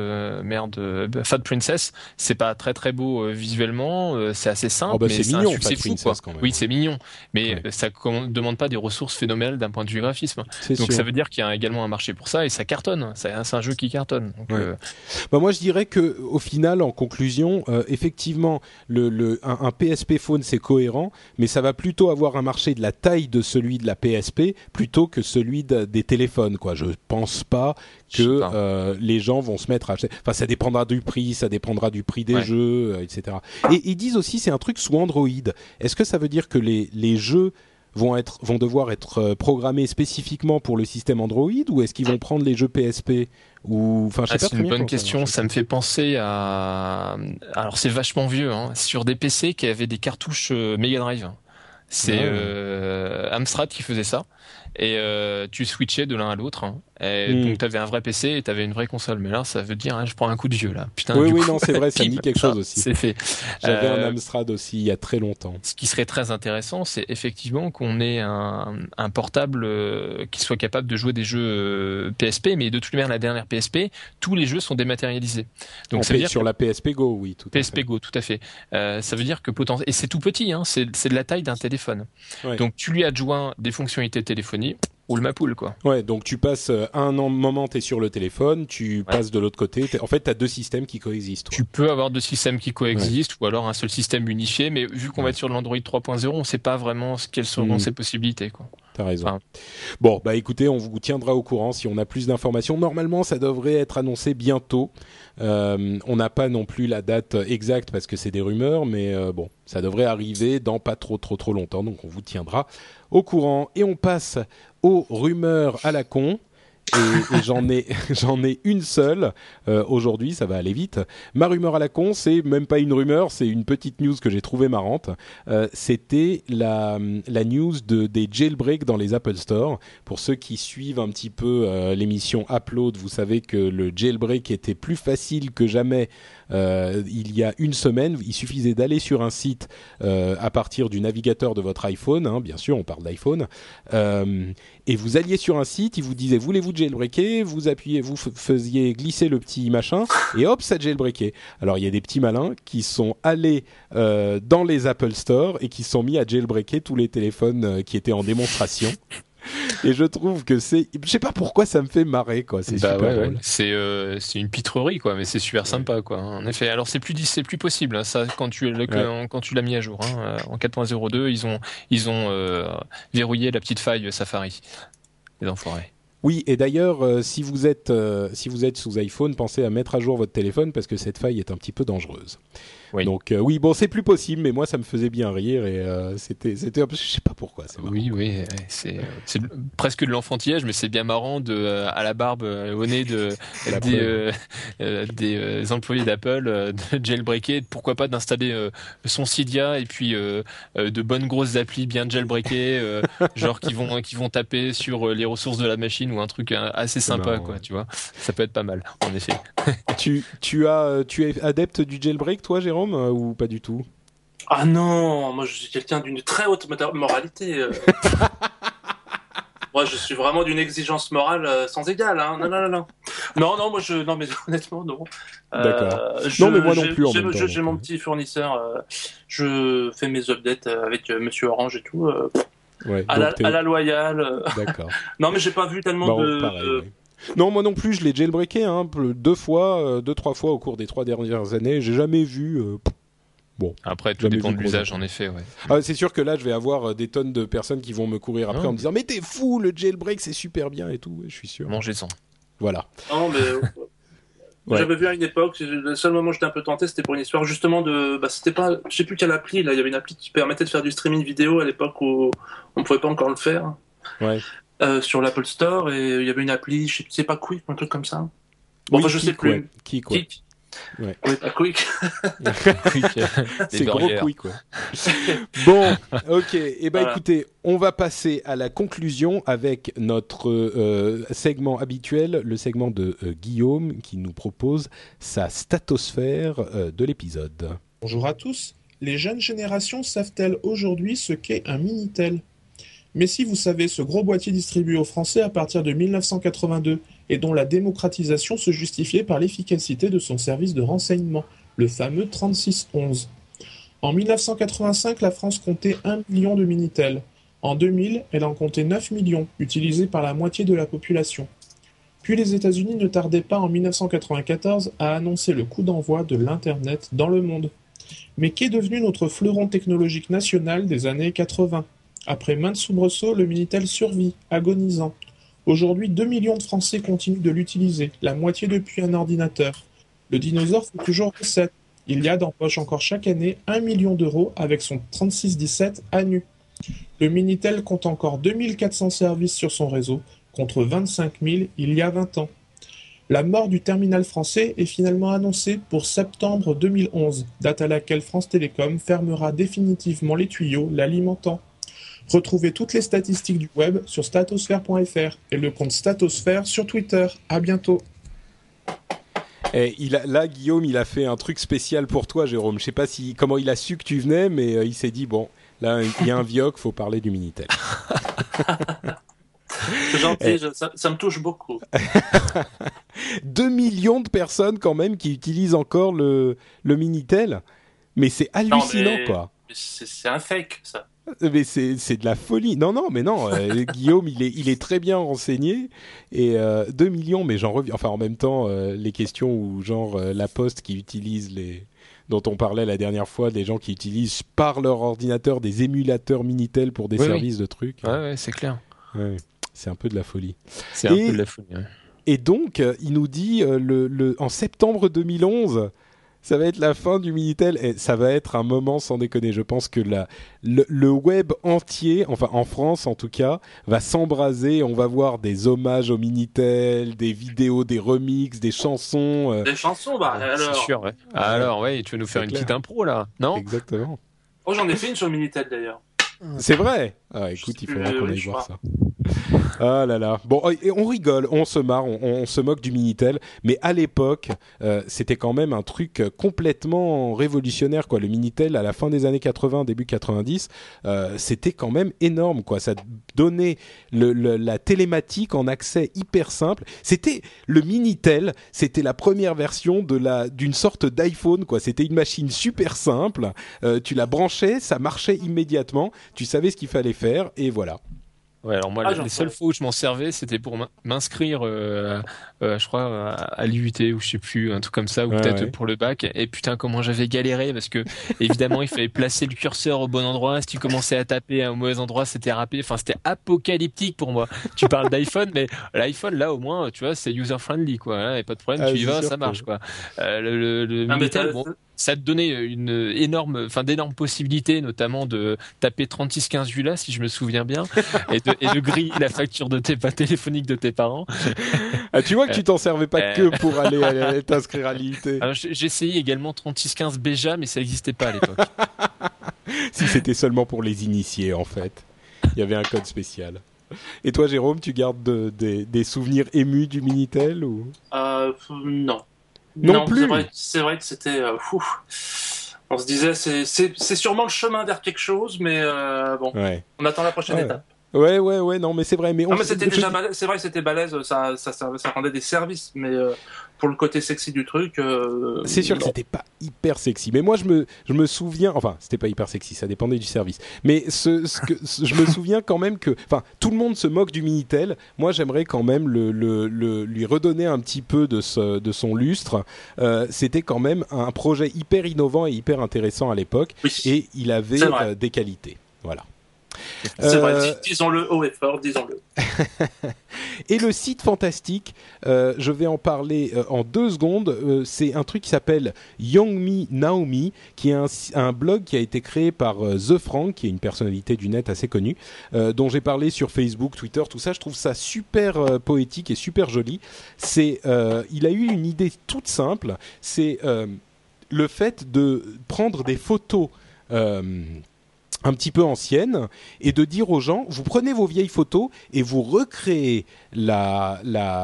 Fat Princess, c'est pas très très beau visuellement, c'est assez simple, mais c'est mignon, un succès fou quoi. Oui, c'est mignon, mais ça demande pas des ressources phénoménales d'un point de vue graphisme. Donc ça veut dire qu'il y a également un marché pour ça et ça cartonne. C'est un jeu qui cartonne. Donc, moi je dirais que au final, en conclusion, effectivement, un PSP Phone c'est cohérent, mais ça va plutôt avoir un marché de la taille de celui de la PSP plutôt que celui des téléphones quoi. Je pense pas que les gens vont se mettre à acheter. Enfin, ça dépendra du prix, ça dépendra du prix des jeux, etc. Et ils disent aussi c'est un truc sous Android. Est-ce que ça veut dire que les jeux vont devoir être programmés spécifiquement pour le système Android ou est-ce qu'ils vont prendre les jeux PSP ou enfin je sais pas. C'est une bonne question. Ça me fait penser à alors c'est vachement vieux sur des PC qui avaient des cartouches Mega Drive. C'est Amstrad qui faisait ça. Et tu switchais de l'un à l'autre. Donc t'avais un vrai PC et t'avais une vraie console. Mais là, ça veut dire, je prends un coup de vieux là. Putain. Oui, non, c'est vrai, ça me dit quelque chose aussi. C'est fait. J'avais un Amstrad aussi il y a très longtemps. Ce qui serait très intéressant, c'est effectivement qu'on ait un portable qui soit capable de jouer des jeux PSP. Mais de toute manière, la dernière PSP, tous les jeux sont dématérialisés. Donc ça veut dire sur la PSP Go, oui, tout à fait. PSP Go, tout à fait. Ça veut dire que et c'est tout petit, c'est de la taille d'un téléphone. Ouais. Donc tu lui adjoins des fonctionnalités de téléphonie. Roule ma poule quoi. Ouais, donc tu passes moment t'es sur le téléphone, tu passes de l'autre côté. En fait, t'as deux systèmes qui coexistent. Tu peux avoir deux systèmes qui coexistent ou alors un seul système unifié, mais vu qu'on va être sur l'Android 3.0, on sait pas vraiment quelles seront ses possibilités quoi. T'as raison. Bon, bah écoutez, on vous tiendra au courant si on a plus d'informations. Normalement, ça devrait être annoncé bientôt. On n'a pas non plus la date exacte parce que c'est des rumeurs, mais bon, ça devrait arriver dans pas trop longtemps. Donc on vous tiendra au courant. Et on passe aux rumeurs à la con. et j'en ai une seule aujourd'hui, ça va aller vite. Ma rumeur à la con, c'est même pas une rumeur, c'est une petite news que j'ai trouvée marrante. C'était la news des jailbreaks dans les Apple Store. Pour ceux qui suivent un petit peu l'émission Upload, vous savez que le jailbreak était plus facile que jamais il y a une semaine. Il suffisait d'aller sur un site à partir du navigateur de votre iPhone, hein, bien sûr, on parle d'iPhone, et vous alliez sur un site, il vous disait voulez-vous jailbreaker, vous appuyez, vous faisiez glisser le petit machin et hop, ça jailbreakait. Alors il y a des petits malins qui sont allés dans les Apple Store et qui se sont mis à jailbreaker tous les téléphones qui étaient en démonstration. Et je trouve que je sais pas pourquoi ça me fait marrer, quoi. C'est super drôle. Ouais. C'est une pitrerie, quoi, mais c'est super sympa, quoi. En effet. Alors c'est plus possible, hein, ça, quand tu l'as mis à jour, hein. En 4.02, ils ont verrouillé la petite faille Safari. Les enfoirés. Oui, et d'ailleurs, si vous êtes sous iPhone, pensez à mettre à jour votre téléphone parce que cette faille est un petit peu dangereuse. Oui. Donc oui, bon, c'est plus possible, mais moi ça me faisait bien rire et c'était un peu, je sais pas pourquoi, c'est marrant. Oui, c'est presque de l'enfantillage, mais c'est bien marrant à la barbe au nez des employés d'Apple de jailbreaker, pourquoi pas d'installer son Cydia et puis de bonnes grosses applis bien jailbreakées, genre qui vont taper sur les ressources de la machine ou un truc assez sympa, quoi, tu vois. Ça peut être pas mal, en effet. Tu es adepte du jailbreak, toi, Jérôme, ou pas du tout? Ah non, moi je suis quelqu'un d'une très haute moralité. Moi je suis vraiment d'une exigence morale sans égale. Hein. Non. Non, mais honnêtement non. D'accord. Non, mais moi non plus en même temps. J'ai mon petit fournisseur. Je fais mes updates avec Monsieur Orange et tout. Ouais, à la loyale. D'accord. Non, mais j'ai pas vu tellement pareil, ouais. Non, moi non plus, je l'ai jailbreaké 2-3 fois au cours des 3 dernières années. J'ai jamais vu. Bon. Après, tout dépend de l'usage, en effet, ouais. Ah, c'est sûr que là, je vais avoir des tonnes de personnes qui vont me courir après en me disant mais t'es fou, le jailbreak c'est super bien et tout. Ouais, je suis sûr. Mangez-en. Voilà. Non, mais ouais. J'avais vu à une époque. Le seul moment où j'étais un peu tenté, c'était pour une histoire justement de. C'était pas. Je sais plus quelle appli. Là, il y avait une appli qui permettait de faire du streaming vidéo à l'époque où on pouvait pas encore le faire. Ouais. Sur l'Apple Store et il y avait une appli, je sais pas, Quick, un truc comme ça. Bon, oui, enfin, je sais plus. Ouais. Kick. Ouais. Oui, pas Quick. C'est gros Quick, quoi. Bon, ok. Et voilà. Écoutez, on va passer à la conclusion avec notre segment habituel, le segment de Guillaume qui nous propose sa statosphère de l'épisode. Bonjour à tous. Les jeunes générations savent-elles aujourd'hui ce qu'est un Minitel ? Mais si vous savez, ce gros boîtier distribué aux Français à partir de 1982 et dont la démocratisation se justifiait par l'efficacité de son service de renseignement, le fameux 3611. En 1985, la France comptait 1 million de Minitel. En 2000, elle en comptait 9 millions, utilisés par la moitié de la population. Puis les États-Unis ne tardaient pas en 1994 à annoncer le coup d'envoi de l'Internet dans le monde. Mais qu'est devenu notre fleuron technologique national des années 80 ? Après maintes soubresauts, le Minitel survit, agonisant. Aujourd'hui, 2 millions de Français continuent de l'utiliser, la moitié depuis un ordinateur. Le dinosaure fait toujours recette. Iliad empoche encore chaque année 1 million d'euros avec son 3617 à nu. Le Minitel compte encore 2400 services sur son réseau, contre 25 000 il y a 20 ans. La mort du terminal français est finalement annoncée pour septembre 2011, date à laquelle France Télécom fermera définitivement les tuyaux l'alimentant. Retrouvez toutes les statistiques du web sur statosphère.fr et le compte Statosphère sur Twitter. À bientôt. Et là, Guillaume, il a fait un truc spécial pour toi, Jérôme. Je sais pas comment il a su que tu venais, mais il s'est dit bon, là, il y a un Vioc, faut parler du Minitel. C'est gentil, ça me touche beaucoup. 2 millions de personnes quand même qui utilisent encore le Minitel, mais c'est hallucinant, quoi. C'est un fake, ça. Mais c'est de la folie. Non, mais non. Guillaume, il est très bien renseigné. Et 2 millions, mais j'en reviens. Enfin, en même temps, les questions où, genre, la Poste qui utilise dont on parlait la dernière fois, des gens qui utilisent par leur ordinateur des émulateurs Minitel pour des services de trucs. Ouais, c'est clair. Ouais, c'est un peu de la folie. C'est un peu de la folie, ouais. Et donc, il nous dit, en septembre 2011... ça va être la fin du Minitel et ça va être un moment sans déconner. Je pense que le web entier, enfin en France en tout cas, va s'embraser. On va voir des hommages au Minitel, des vidéos, des remixes, des chansons. Des chansons, alors. C'est sûr, ouais. Alors, ouais, tu vas nous faire une petite impro, là, non? Exactement. Oh, j'en ai fait une sur le Minitel d'ailleurs. C'est vrai. Ah, écoute, il faudra qu'on aille voir ça. Ah là là. Bon, et on rigole, on se marre, on se moque du Minitel, mais à l'époque, c'était quand même un truc complètement révolutionnaire, quoi. Le Minitel, à la fin des années 80, début 90, c'était quand même énorme, quoi. Ça donnait la télématique en accès hyper simple. C'était le Minitel, c'était la première version d'une sorte d'iPhone, quoi. C'était une machine super simple. Tu la branchais, ça marchait immédiatement. Tu savais ce qu'il fallait faire, et voilà. Ouais, alors moi, les seules fois où je m'en servais, c'était pour m'inscrire, je crois, à l'IUT ou je sais plus, un truc comme ça, ou peut-être pour le bac. Et putain, comment j'avais galéré parce que évidemment, il fallait placer le curseur au bon endroit. Si tu commençais à taper au mauvais endroit, c'était râpé. Enfin, c'était apocalyptique pour moi. Tu parles d'iPhone, mais l'iPhone là, au moins, tu vois, c'est user friendly, quoi. Hein, et pas de problème, tu y vas, ça marche, quoi. Le Minitel, bon. Ça te donnait d'énormes possibilités, notamment de taper 3615 ULA, si je me souviens bien, et de griller la facture de téléphonique de tes parents. Ah, tu vois que tu t'en servais pas que pour aller t'inscrire à l'IUT. J'ai essayé également 3615 Béja, mais ça n'existait pas à l'époque. Si, c'était seulement pour les initiés, en fait. Il y avait un code spécial. Et toi, Jérôme, tu gardes des souvenirs émus du Minitel ou Non. Non plus. C'est vrai que c'était. On se disait, c'est sûrement le chemin vers quelque chose, mais bon, on attend la prochaine étape. Ouais, non, mais c'est vrai. Mais c'était déjà balèze, c'est vrai que c'était balèze, ça rendait des services, mais pour le côté sexy du truc. C'est sûr que c'était pas hyper sexy. Mais moi, je me souviens, enfin, c'était pas hyper sexy, ça dépendait du service. Mais je me souviens quand même que, enfin, tout le monde se moque du Minitel. Moi, j'aimerais quand même lui redonner un petit peu de son lustre. C'était quand même un projet hyper innovant et hyper intéressant à l'époque, et il avait des qualités. Voilà. C'est vrai, disons-le haut et fort, disons-le. Et le site fantastique, je vais en parler en 2 secondes. C'est un truc qui s'appelle Youngme Naomi, qui est un blog qui a été créé par The Frank, qui est une personnalité du net assez connue, dont j'ai parlé sur Facebook, Twitter, tout ça. Je trouve ça super poétique et super joli. Il a eu une idée toute simple, c'est le fait de prendre des photos un petit peu ancienne, et de dire aux gens, vous prenez vos vieilles photos et vous recréez la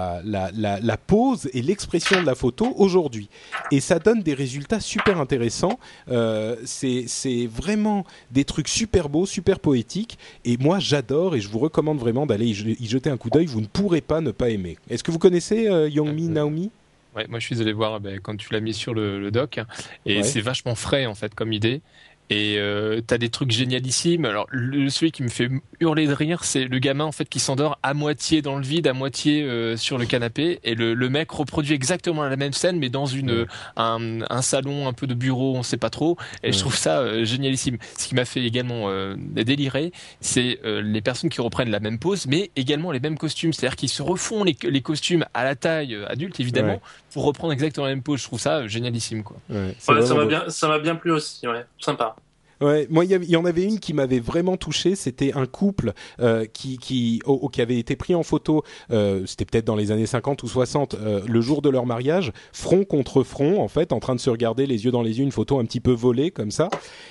pose et l'expression de la photo aujourd'hui. Et ça donne des résultats super intéressants. C'est vraiment des trucs super beaux, super poétiques, et moi j'adore, et je vous recommande vraiment d'aller y jeter un coup d'œil. Vous ne pourrez pas ne pas aimer. Est-ce que vous connaissez Youngme Naomi ? Ouais, moi je suis allé voir quand tu l'as mis sur le doc, et c'est vachement frais en fait comme idée. Et t'as des trucs génialissimes. Alors celui qui me fait hurler de rire, c'est le gamin en fait qui s'endort à moitié dans le vide, à moitié sur le canapé, et le mec reproduit exactement la même scène, mais dans un salon un peu de bureau, on sait pas trop. Et je trouve ça génialissime. Ce qui m'a fait également délirer, c'est les personnes qui reprennent la même pose, mais également les mêmes costumes. C'est-à-dire qu'ils se refont les costumes à la taille adulte évidemment pour reprendre exactement la même pose. Je trouve ça génialissime, quoi. Ça m'a bien plu aussi. Ouais, sympa. Ouais, moi il y en avait une qui m'avait vraiment touché, c'était un couple qui avait été pris en photo, c'était peut-être dans les années 50 ou 60, le jour de leur mariage, front contre front en fait, en train de se regarder les yeux dans les yeux, une photo un petit peu volée comme ça.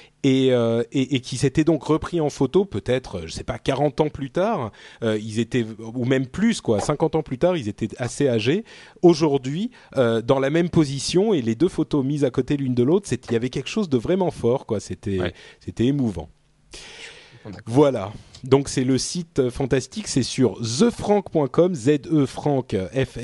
Et qui s'était donc repris en photo peut-être, je sais pas, 40 ans plus tard, ils étaient, ou même plus quoi, 50 ans plus tard, ils étaient assez âgés. Aujourd'hui, dans la même position, et les 2 photos mises à côté l'une de l'autre, il y avait quelque chose de vraiment fort, quoi. C'était émouvant. Voilà. Donc c'est le site fantastique, c'est sur thefrank.com, zefrank,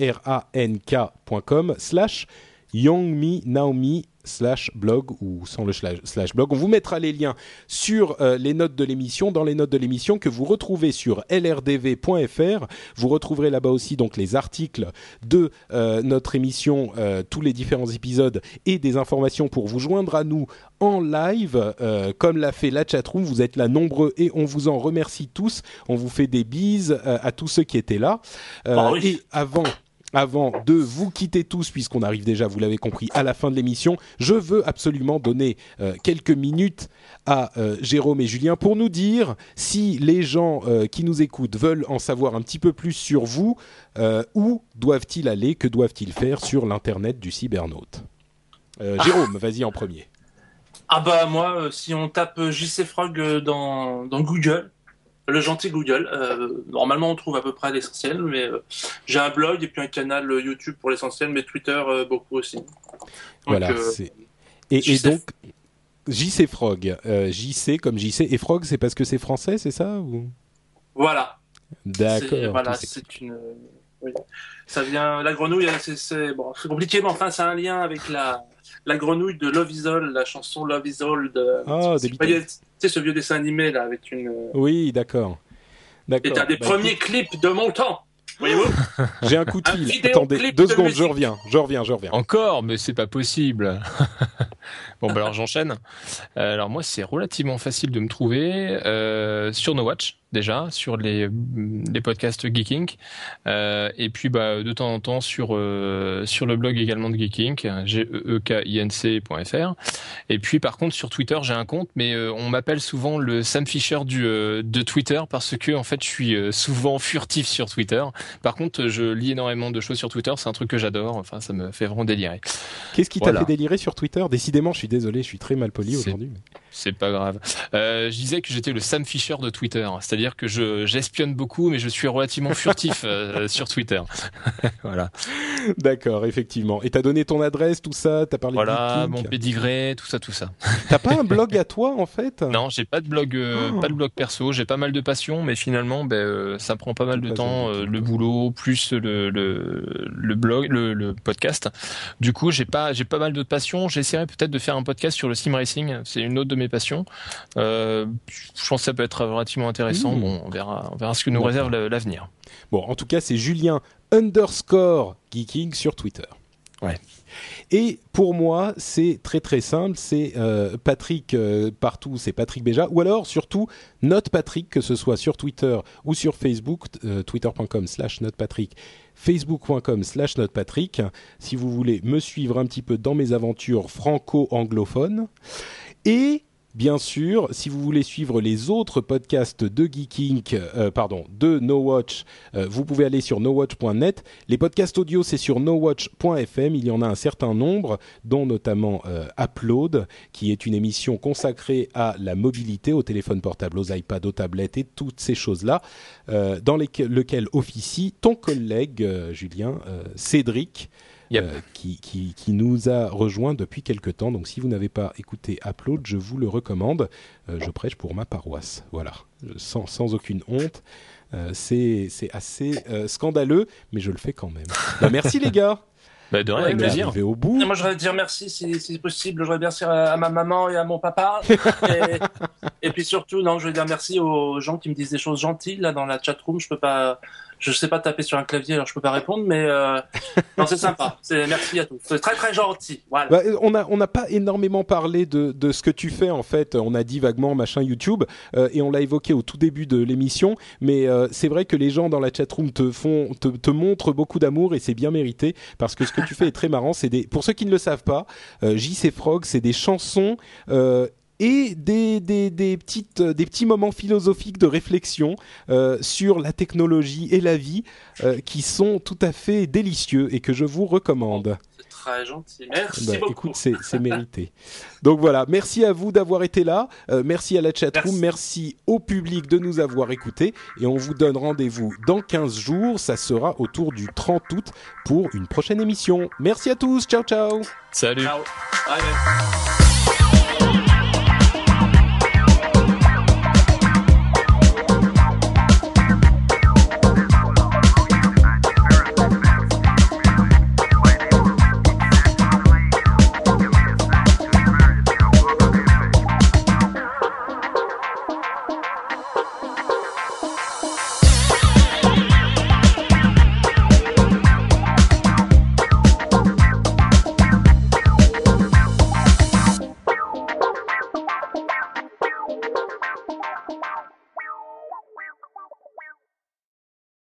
frank.com, /Youngme Naomi /blog ou sans le /blog. On vous mettra les liens sur les notes de l'émission, dans les notes de l'émission que vous retrouvez sur lrdv.fr. Vous retrouverez là-bas aussi donc les articles de notre émission, tous les différents épisodes, et des informations pour vous joindre à nous en live, comme l'a fait la chatroom. Vous êtes là nombreux et on vous en remercie tous. On vous fait des bises à tous ceux qui étaient là. Et avant de vous quitter tous, puisqu'on arrive déjà, vous l'avez compris, à la fin de l'émission, je veux absolument donner quelques minutes à Jérôme et Julien pour nous dire si les gens qui nous écoutent veulent en savoir un petit peu plus sur vous, où doivent-ils aller, que doivent-ils faire sur l'internet du cybernaute. Jérôme, vas-y en premier. Ah bah moi, si on tape JC Frog dans Google, le gentil Google, normalement on trouve à peu près l'essentiel, mais j'ai un blog et puis un canal YouTube pour l'essentiel, mais Twitter beaucoup aussi. Donc, voilà, et donc JC Frog, JC comme JC, et Frog c'est parce que c'est français, c'est ça ou... Voilà. D'accord. Voilà, c'est une... Oui. Ça vient... La grenouille, bon, c'est compliqué, mais enfin c'est un lien avec la grenouille de Love Is All, la chanson Love Is All de... Tu sais, ce vieux dessin animé là avec une... Oui, d'accord. C'était un des premiers clips de mon temps. Voyez-vous ? J'ai un coup de fil. Attendez, 2 secondes, je reviens. Encore, mais c'est pas possible. Bon, bah alors j'enchaîne. Alors moi, c'est relativement facile de me trouver sur No Watch déjà, sur les podcasts Geeking, et puis bah de temps en temps sur le blog également de Geeking, geekinc.fr. Et puis par contre sur Twitter, j'ai un compte, mais on m'appelle souvent le Sam Fisher de Twitter parce que en fait je suis souvent furtif sur Twitter. Par contre, je lis énormément de choses sur Twitter, c'est un truc que j'adore. Enfin, ça me fait vraiment délirer. Qu'est-ce qui t'a fait délirer sur Twitter ? Décidément, je suis désolé, je suis très mal poli aujourd'hui. C'est pas grave. Je disais que j'étais le Sam Fisher de Twitter, c'est-à-dire que j'espionne beaucoup, mais je suis relativement furtif sur Twitter. Voilà. D'accord, effectivement. Et t'as donné ton adresse, tout ça, t'as parlé de Geeking. Mon pédigré, tout ça. T'as pas un blog à toi, en fait ? Non, j'ai pas de blog, pas de blog perso. J'ai pas mal de passions, mais finalement, ça prend pas mal de temps, le boulot plus le blog, le podcast. Du coup, j'ai pas mal de passions. J'essaierai peut-être de faire un podcast sur le sim racing. C'est une autre de mes passions. Je pense que ça peut être relativement intéressant. Bon, on verra ce que nous réserve l'avenir. Bon, en tout cas, c'est Julien_Geeking sur Twitter. Ouais. Et pour moi, c'est très très simple, c'est Patrick partout, c'est Patrick Béja, ou alors surtout NotePatrick, que ce soit sur Twitter ou sur Facebook, twitter.com/NotePatrick, facebook.com/NotePatrick, si vous voulez me suivre un petit peu dans mes aventures franco-anglophones. Et bien sûr, si vous voulez suivre les autres podcasts de Geeking, de No Watch, vous pouvez aller sur nowatch.net. Les podcasts audio, c'est sur nowatch.fm. Il y en a un certain nombre, dont notamment Upload, qui est une émission consacrée à la mobilité, au téléphone portable, aux iPads, aux tablettes et toutes ces choses-là, dans lequel officie ton collègue, Julien, Cédric, Yep. qui nous a rejoint depuis quelque temps. Donc si vous n'avez pas écouté Upload, je vous le recommande. Je prêche pour ma paroisse. Voilà, sans aucune honte. C'est assez scandaleux, mais je le fais quand même. Merci les gars. De rien, avec plaisir. Au bout. Moi, je voudrais dire merci si possible. Je voudrais bien dire à ma maman et à mon papa. Et puis surtout, je veux dire merci aux gens qui me disent des choses gentilles là dans la chatroom. Je sais pas taper sur un clavier, alors je peux pas répondre, mais non, c'est sympa. Merci à tous. C'est très très gentil. Voilà. On n'a pas énormément parlé de ce que tu fais en fait. On a dit vaguement machin YouTube et on l'a évoqué au tout début de l'émission. Mais c'est vrai que les gens dans la chatroom te montrent beaucoup d'amour et c'est bien mérité parce que ce que tu fais est très marrant. Pour ceux qui ne le savent pas, JC Frog, c'est des chansons. Et des petits moments philosophiques de réflexion sur la technologie et la vie qui sont tout à fait délicieux et que je vous recommande. C'est très gentil, merci beaucoup. Écoute, c'est mérité. Donc voilà, merci à vous d'avoir été là, merci à la chatroom, merci au public de nous avoir écoutés et on vous donne rendez-vous dans 15 jours, ça sera autour du 30 août pour une prochaine émission. Merci à tous, ciao ciao. Salut. Ciao. Bye.